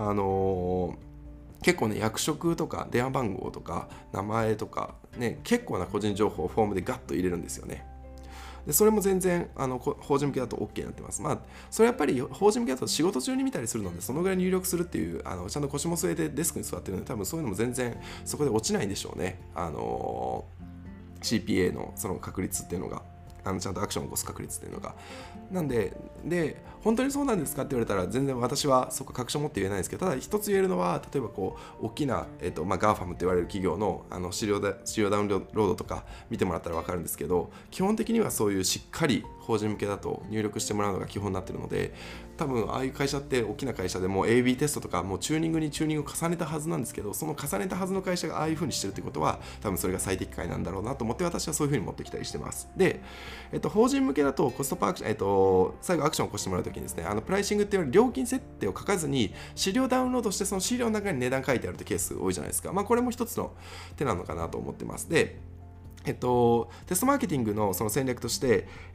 結構ね、役職とか電話番号とか名前とか、ね、結構な個人情報をフォームでガッと入れるんですよね。でそれも全然法人向けだと OK になってます。それやっぱり法人向けだと仕事中に見たりするので、そのぐらい入力するっていう、ちゃんと腰も据えてデスクに座ってるので、多分そういうのも全然そこで落ちないんでしょうね。CPA のその確率っていうのが。ちゃんとアクションを起こす確率っていうのが。なんで、本当にそうなんですかって言われたら、全然私はそこ確証持って言えないんですけど、ただ一つ言えるのは、例えば大きな、GAFAM って言われる企業の、資料ダウンロードとか見てもらったら分かるんですけど、基本的にはそういうしっかり法人向けだと入力してもらうのが基本になっているので、多分ああいう会社って大きな会社でも AB テストとかもうチューニングにチューニングを重ねたはずなんですけど、その重ねたはずの会社がああいう風にしてるってことは、多分それが最適解なんだろうなと思って、私はそういう風に持ってきたりしてます。で、法人向けだとコストパーアクション、最後アクションを起こしてもらうときにですね、プライシングっていう料金設定を書かずに資料ダウンロードして、その資料の中に値段書いてあるってケース多いじゃないですか。これも一つの手なのかなと思ってます。で、テストマーケティングのその戦略として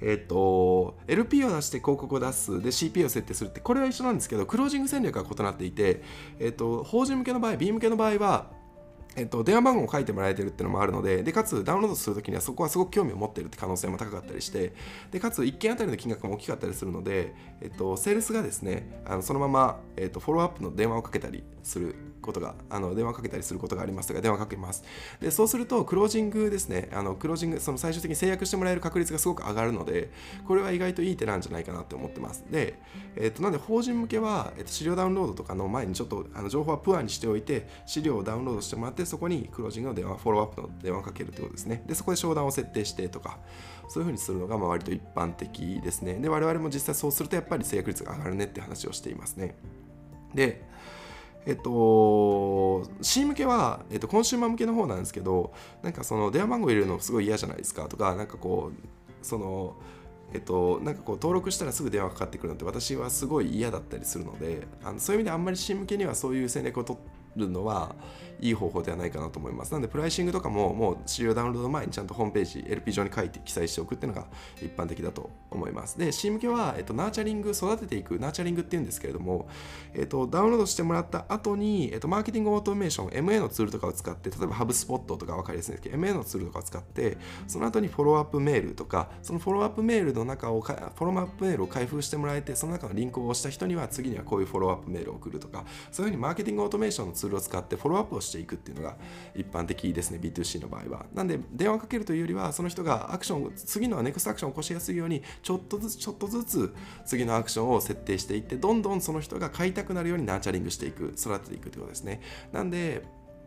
、LP を出して広告を出すで CPA を設定するって、これは一緒なんですけど、クロージング戦略が異なっていて、法人向けの場合、B 向けの場合は電話番号を書いてもらえてるっていうのもあるので、かつダウンロードするときにはそこはすごく興味を持っているって可能性も高かったりして、かつ1件あたりの金額も大きかったりするので、セールスがですね、そのまま、フォローアップの電話をかけたりすることが、電話をかけたりすることがありますとか、電話をかけます。で、そうするとクロージングですね、クロージング、その最終的に制約してもらえる確率がすごく上がるので、これは意外といい手なんじゃないかなって思ってます。で、なので法人向けは、資料ダウンロードとかの前にちょっと情報はプアにしておいて、資料をダウンロードしてもらって、そこにクロージングの電話、フォローアップの電話をかけるということですね。で、そこで商談を設定してとか、そういうふうにするのが割と一般的ですね。で、我々も実際そうするとやっぱり制約率が上がるねって話をしていますね。で、C 向けは、コンシューマー向けの方なんですけど、なんかその電話番号入れるのすごい嫌じゃないですかとか、なんかそのなんか登録したらすぐ電話かかってくるのって私はすごい嫌だったりするので、そういう意味であんまり C 向けにはそういう戦略を取るのはいい方法ではないかなと思います。なのでプライシングとかももう資料ダウンロード前にちゃんとホームページ LP 上に書いて記載しておくっていうのが一般的だと思います。で C 向けは、ナーチャリング、育てていくナーチャリングっていうんですけれども、ダウンロードしてもらった後に、マーケティングオートメーション MA のツールとかを使って、例えばハブスポットとか分かりやすいんですけど MA のツールとかを使ってその後にフォローアップメールとか、そのフォローアップメールの中をフォローアップメールを開封してもらえて、その中のリンクを押した人には次にはこういうフォローアップメールを送るとか、そういうふうにマーケティングオートメーションのツールを使ってフォローアップをしていくっていうのが一般的ですね、 B2C の場合は。なんで電話をかけるというよりは、その人がアクション、次のネクストアクションを起こしやすいようにちょっとずつ次のアクションを設定していって、どんどんその人が買いたくなるようにナーチャリングしていく、育てていくということですね。なんで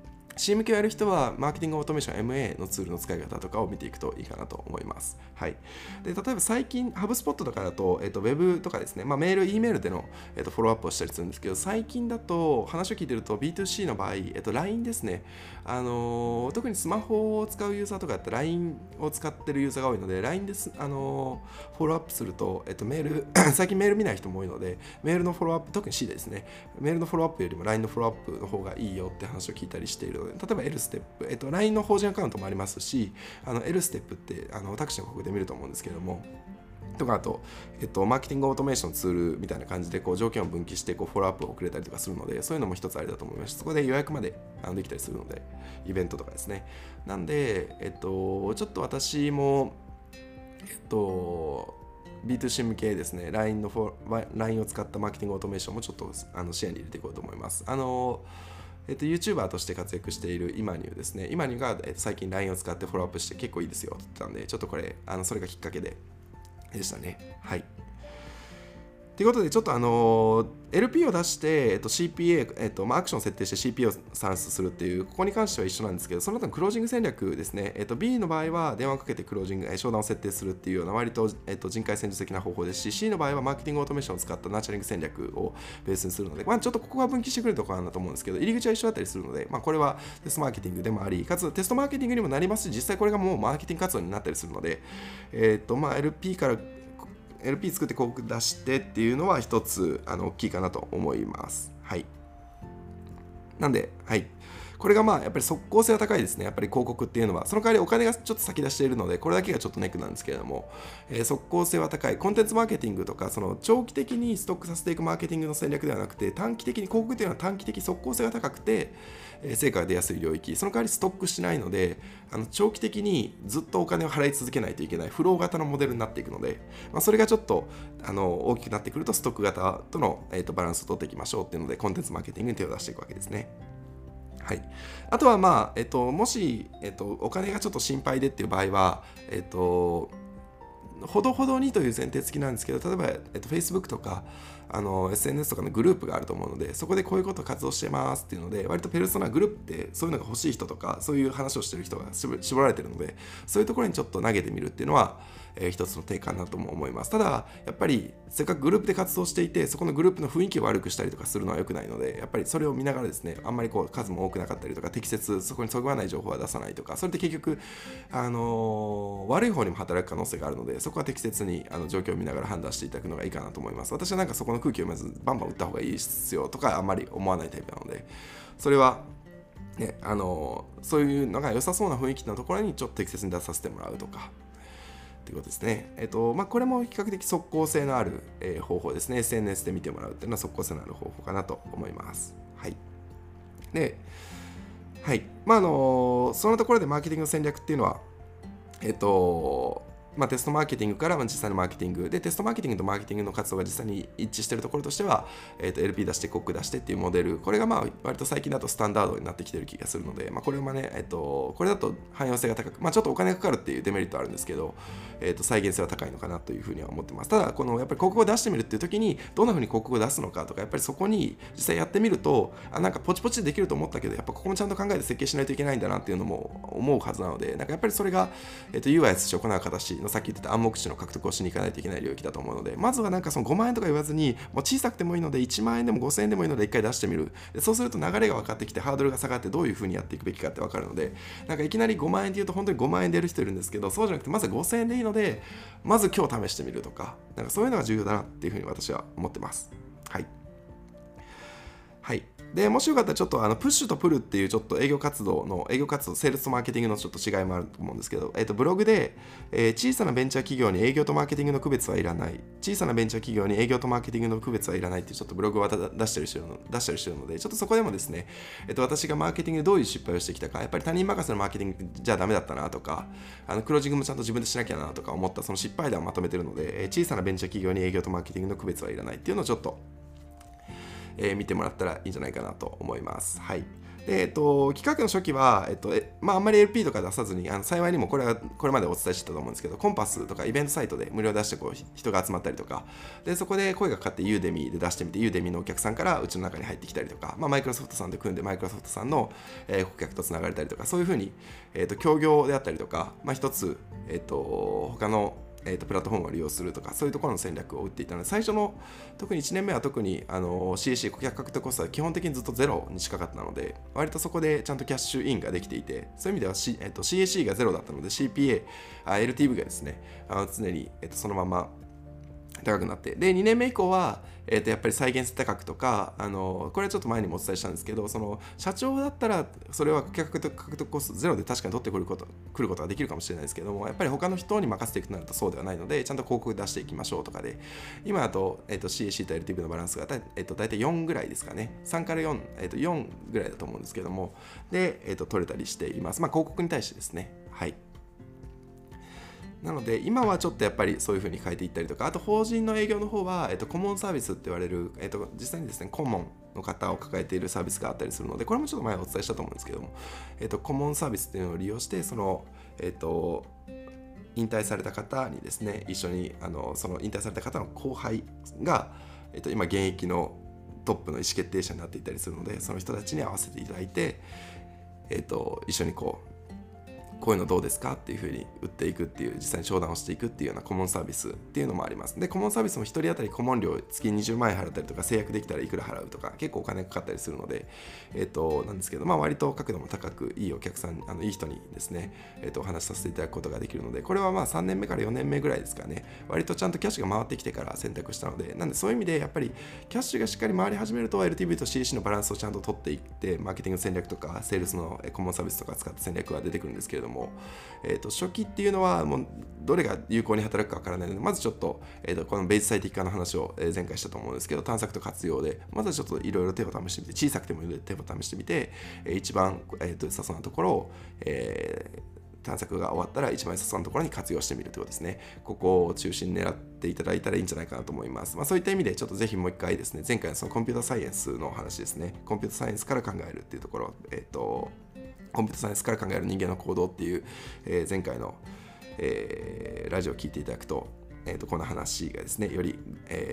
C 向けをやる人はマーケティングオートメーション MA のツールの使い方とかを見ていくといいかなと思います。はい、で例えば最近ハブスポットとかだと、ウェブとかですね、メール、E メールでの、フォローアップをしたりするんですけど、最近だと話を聞いてると B2C の場合、LINE ですね、特にスマホを使うユーザーとかだったら LINE を使ってるユーザーが多いので、 LINE です、フォローアップすると、メール最近メール見ない人も多いので、メールのフォローアップ、特に C ですね、メールのフォローアップよりも LINE のフォローアップの方がいいよって話を聞いたりしているので、例えば L ステップ、LINE の法人アカウントもありますし、L ステップってタクシーの広告で見ると思うんですけれども、とかあと、マーケティングオートメーションツールみたいな感じで条件を分岐してフォローアップを送れたりとかするので、そういうのも一つありだと思いますし、そこで予約までできたりするので、イベントとかですね。なんで、ちょっと私も、B2C 向けですね、LINE を使ったマーケティングオートメーションもちょっと視野に入れていこうと思います。YouTuber として活躍しているイマニューですね。イマニューが最近 LINE を使ってフォローアップして結構いいですよって言ったんで、ちょっとこれ、それがきっかけでしたね。はい。ということで、ちょっとLP を出して、CPA、アクションを設定して CPA を算出するっていう、ここに関しては一緒なんですけど、その後のクロージング戦略ですね。B の場合は電話をかけてクロージング、商談を設定するっていうような割と、人海戦術的な方法ですし、C の場合はマーケティングオートメーションを使ったナーチャリング戦略をベースにするので、ちょっとここが分岐してくるところなんだと思うんですけど、入り口は一緒だったりするので、これはテストマーケティングでもあり、かつテストマーケティングにもなりますし、実際これがもうマーケティング活動になったりするので、LP からLP 作って広告出してっていうのは一つ大きいかなと思います。はい。なんで、はい。 これがやっぱり即効性は高いですね。やっぱり広告っていうのはその代わりお金がちょっと先出しているので、これだけがちょっとネックなんですけれども、即効性は高いコンテンツマーケティングとか、その長期的にストックさせていくマーケティングの戦略ではなくて、短期的に広告というのは短期的即効性が高くて、成果が出やすい領域、その代わりストックしないので、長期的にずっとお金を払い続けないといけないフロー型のモデルになっていくので、それがちょっと大きくなってくるとストック型との、バランスを取っていきましょうっていうので、コンテンツマーケティングに手を出していくわけですね。はい、あとはもし、お金がちょっと心配でっていう場合は、ほどほどにという前提付きなんですけど、例えば、Facebook とかSNS とかのグループがあると思うので、そこでこういうことを活動してますっていうので、割とペルソナグループってそういうのが欲しい人とか、そういう話をしてる人が絞られてるので、そういうところにちょっと投げてみるっていうのは、一つの手かなとも思います。ただやっぱりせっかくグループで活動していて、そこのグループの雰囲気を悪くしたりとかするのは良くないので、やっぱりそれを見ながらですね、あんまり数も多くなかったりとか、適切そこにそぐわない情報は出さないとか、それって結局悪い方にも働く可能性があるので、そこは適切に状況を見ながら判断していただくのがいいかなと思います。私はそこの空気をまずバンバン打った方がいいですよとかあんまり思わないタイプなので、それはね、そういうのが良さそうな雰囲気のところにちょっと適切に出させてもらうとかということですね。これも比較的即効性のある、方法ですね。 SNS で見てもらうっていうのは即効性のある方法かなと思います。はい。で、はい。そのところでマーケティングの戦略っていうのはテストマーケティングから実際のマーケティングで、テストマーケティングとマーケティングの活動が実際に一致しているところとしては、LP 出して広告出してっていうモデル、これが割と最近だとスタンダードになってきている気がするので、これはこれだと汎用性が高く、ちょっとお金がかかるっていうデメリットはあるんですけど、再現性は高いのかなというふうには思ってます。ただやっぱり広告を出してみるっていう時にどんなふうに広告を出すのかとか、やっぱりそこに実際やってみると、ポチポチでできると思ったけど、やっぱここもちゃんと考えて設計しないといけないんだなっていうのも思うはずなので、やっぱりそれが、UIS 行う形のさっき言ってた暗黙知の獲得をしに行かないといけない領域だと思うので、まずはその5万円とか言わずに、もう小さくてもいいので1万円でも5000円でもいいので1回出してみる。でそうすると流れが分かってきて、ハードルが下がってどういうふうにやっていくべきかって分かるので、いきなり5万円っていうと本当に5万円でやる人いるんですけど、そうじゃなくてまず5000円でいいので、まず今日試してみるとか、そういうのが重要だなっていうふうに私は思ってます。はい。はい。でもしよかったらちょっとプッシュとプルっていうちょっと営業活動、セールスとマーケティングのちょっと違いもあると思うんですけど、ブログで、小さなベンチャー企業に営業とマーケティングの区別はいらない、小さなベンチャー企業に営業とマーケティングの区別はいらないっていうちょっとブログを出したりしてるので、ちょっとそこでもですね、私がマーケティングでどういう失敗をしてきたか、やっぱり他人任せのマーケティングじゃダメだったなとか、クロージングもちゃんと自分でしなきゃなとか思ったその失敗談をまとめてるので、小さなベンチャー企業に営業とマーケティングの区別はいらないっていうのをちょっと見てもらったらいいんじゃないかなと思います。はい。で企画の初期は、あんまり LP とか出さずに、幸いにもこれまでお伝えしてたと思うんですけど、コンパスとかイベントサイトで無料で出して人が集まったりとか、でそこで声がかかってユーデミで出してみて、ユーデミのお客さんからうちの中に入ってきたりとか、マイクロソフトさんで組んでマイクロソフトさんの、顧客とつながれたりとか、そういうふうに、協業であったりとか、一つ、他のプラットフォームを利用するとか、そういうところの戦略を打っていたので、最初の特に1年目は特にCAC 顧客獲得コストは基本的にずっとゼロに近かったので、割とそこでちゃんとキャッシュインができていて、そういう意味では、CAC がゼロだったので LTV がですね常に、そのまま高くなって、で2年目以降は、やっぱり再現性高くとか、これはちょっと前にもお伝えしたんですけど、その社長だったらそれは顧客獲得コストゼロで確かに取ってくることができるかもしれないですけども、やっぱり他の人に任せていくとなるとそうではないので、ちゃんと広告出していきましょうとかで、今だと、CAC と LTV のバランスが大体4ぐらいですかね、3から4、4ぐらいだと思うんですけども、で、取れたりしています。広告に対してですね。はい。なので今はちょっとやっぱりそういう風に変えていったりとか、あと法人の営業の方は、コモンサービスって言われる、実際にですねコモンの方を抱えているサービスがあったりするので、これもちょっと前お伝えしたと思うんですけども、コモンサービスっていうのを利用して、その引退された方にですね、一緒にその引退された方の後輩が、今現役のトップの意思決定者になっていたりするので、その人たちに合わせていただいて、一緒にこういうのどうですかっていうふうに売っていくっていう、実際に商談をしていくっていうような顧問サービスっていうのもあります。で、顧問サービスも1人当たり顧問料月20万円払ったりとか、制約できたらいくら払うとか、結構お金かかったりするので、なんですけど、割と角度も高く、いいお客さん、いい人にですね、お話しさせていただくことができるので、これは3年目から4年目ぐらいですかね、割とちゃんとキャッシュが回ってきてから選択したので、なんでそういう意味でやっぱりキャッシュがしっかり回り始めると LTV と CAC のバランスをちゃんと取っていって、マーケティング戦略とかセールスの顧問サービスとか使った戦略が出てくるんですけれども、初期っていうのはもうどれが有効に働くかわからないので、まずちょっと、このベース最適化の話を前回したと思うんですけど、探索と活用でまずはちょっといろいろ手を試してみて、小さくても手を試してみて、一番良さそうなところを、探索が終わったら一番良さそうなところに活用してみるということですね。ここを中心に狙っていただいたらいいんじゃないかなと思います。そういった意味でちょっとぜひもう一回ですね、前回のそのコンピュータサイエンスの話ですね、コンピュータサイエンスから考えるっていうところ、コンピュータサイエンスから考える人間の行動っていう、前回の、ラジオを聞いていただくと、この話がですね、より、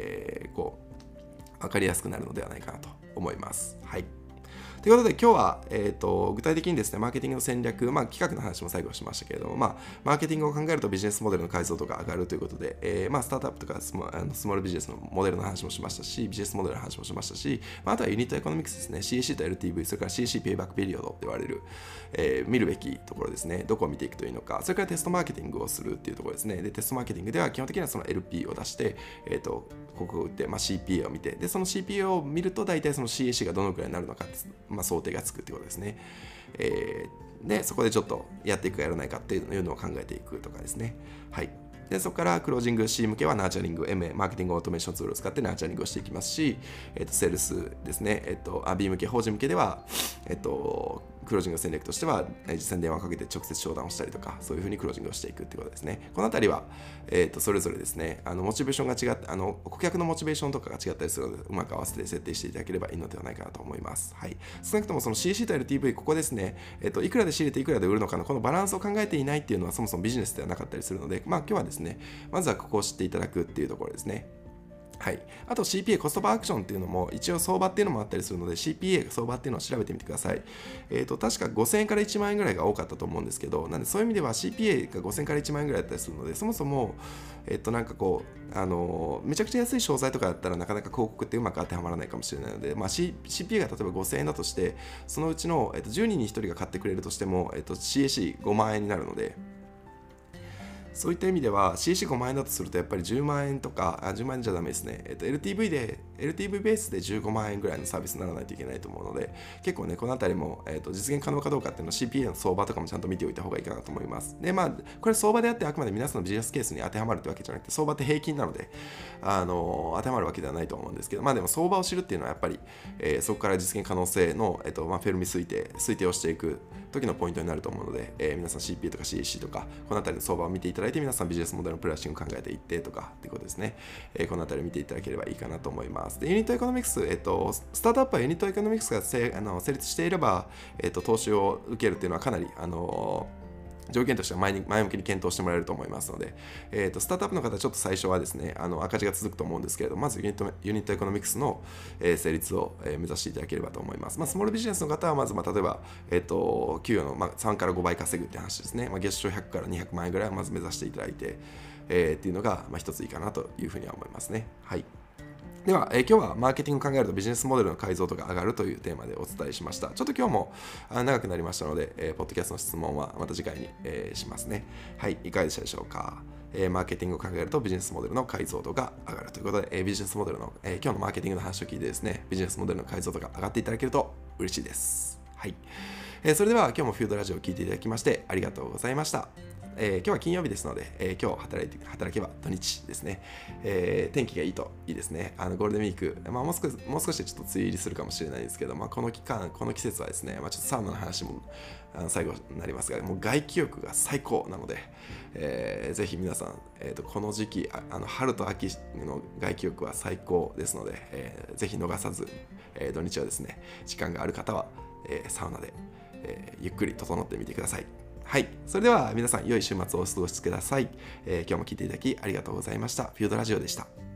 分かりやすくなるのではないかなと思います。はい。ということで今日は、具体的にですね、マーケティングの戦略、企画の話も最後しましたけれども、マーケティングを考えるとビジネスモデルの解像度が上がるということで、スタートアップとかスモールビジネスのモデルの話もしましたし、ビジネスモデルの話もしましたし、あとはユニットエコノミクスですね、CAC と LTV、それから CAC ペイバックペリオドって言われる、見るべきところですね、どこを見ていくといいのか、それからテストマーケティングをするっていうところですね。で、テストマーケティングでは基本的にはその LP を出して、広告を打って、CPA を見て、で、その CPA を見ると大体その CAC がどのくらいになるのか、想定がつくっていうことですね。で、そこでちょっとやっていくかやらないかっていうのを考えていくとかですね。はい。で、そこからクロージング C 向けはナーチャリング MA、マーケティングオートメーションツールを使ってナーチャリングをしていきますし、セールスですね、B 向け、法人向けでは、クロージング戦略としては、実際に電話をかけて直接商談をしたりとか、そういうふうにクロージングをしていくっていうことですね。このあたりは、それぞれですね、モチベーションが違って、顧客のモチベーションとかが違ったりするので、うまく合わせて設定していただければいいのではないかなと思います。はい。少なくともその CC と LTV、ここですね、いくらで仕入れていくらで売るのかのこのバランスを考えていないっていうのはそもそもビジネスではなかったりするので、今日はですね、まずはここを知っていただくっていうところですね。はい、あと CPA コストパーアクションっていうのも一応相場っていうのもあったりするので CPA 相場っていうのを調べてみてください。確か5000円から1万円ぐらいが多かったと思うんですけど、なんでそういう意味では CPA が5000円から1万円ぐらいだったりするので、そもそもなんかこうめちゃくちゃ安い商材とかだったらなかなか広告ってうまく当てはまらないかもしれないので、CPA が例えば5000円だとしてそのうちの10人に1人が買ってくれるとしてもCAC5 万円になるので、そういった意味では CAC5 万円だとするとやっぱり10万円とか10万円じゃダメですね、LTV ベースで15万円ぐらいのサービスにならないといけないと思うので、結構ねこのあたりも、実現可能かどうかっていうのは CPA の相場とかもちゃんと見ておいた方がいいかなと思います。でこれ相場であってあくまで皆さんのビジネスケースに当てはまるってわけじゃなくて、相場って平均なので当てはまるわけではないと思うんですけど、でも相場を知るっていうのはやっぱり、そこから実現可能性の、フェルミ推定をしていく時のポイントになると思うので、皆さん CPA とか CAC とかこのあたりの相場を見ていただいて、皆さんビジネスモデルのプラッシングを考えていってとかっていうことですね。このあたりを見ていただければいいかなと思います。でユニットエコノミクス、スタートアップはユニットエコノミクスが成立していれば、投資を受けるっていうのはかなり条件としては前向きに検討してもらえると思いますので、スタートアップの方はちょっと最初はですね赤字が続くと思うんですけれど、まずユニットエコノミクスの、成立を、目指していただければと思います。スモールビジネスの方はまず、例えば、給与の、3から5倍稼ぐって話ですね、月賞100から200万円ぐらいはまず目指していただいて、っていうのが、一ついいかなというふうには思いますね。はい。では、今日はマーケティングを考えるとビジネスモデルの解像度が上がるというテーマでお伝えしました。ちょっと今日も長くなりましたので、ポッドキャストの質問はまた次回に、しますね。はい、いかがでしたでしょうか。マーケティングを考えるとビジネスモデルの解像度が上がるということで、ビジネスモデルの、今日のマーケティングの話を聞いてですね、ビジネスモデルの解像度が上がっていただけると嬉しいです。はい。それでは今日もフィードラジオを聞いていただきましてありがとうございました。今日は金曜日ですので、今日働けば土日ですね、天気がいいといいですね。ゴールデンウィーク、もう少しでちょっと梅雨入りするかもしれないですけど、この季節はですね、ちょっとサウナの話も最後になりますが、もう外気浴が最高なので、ぜひ皆さん、この時期春と秋の外気浴は最高ですので、ぜひ逃さず、土日はですね時間がある方は、サウナで、ゆっくり整ってみてください。はい、それでは皆さん良い週末をお過ごしください。今日も聞いていただきありがとうございました。フィードラジオでした。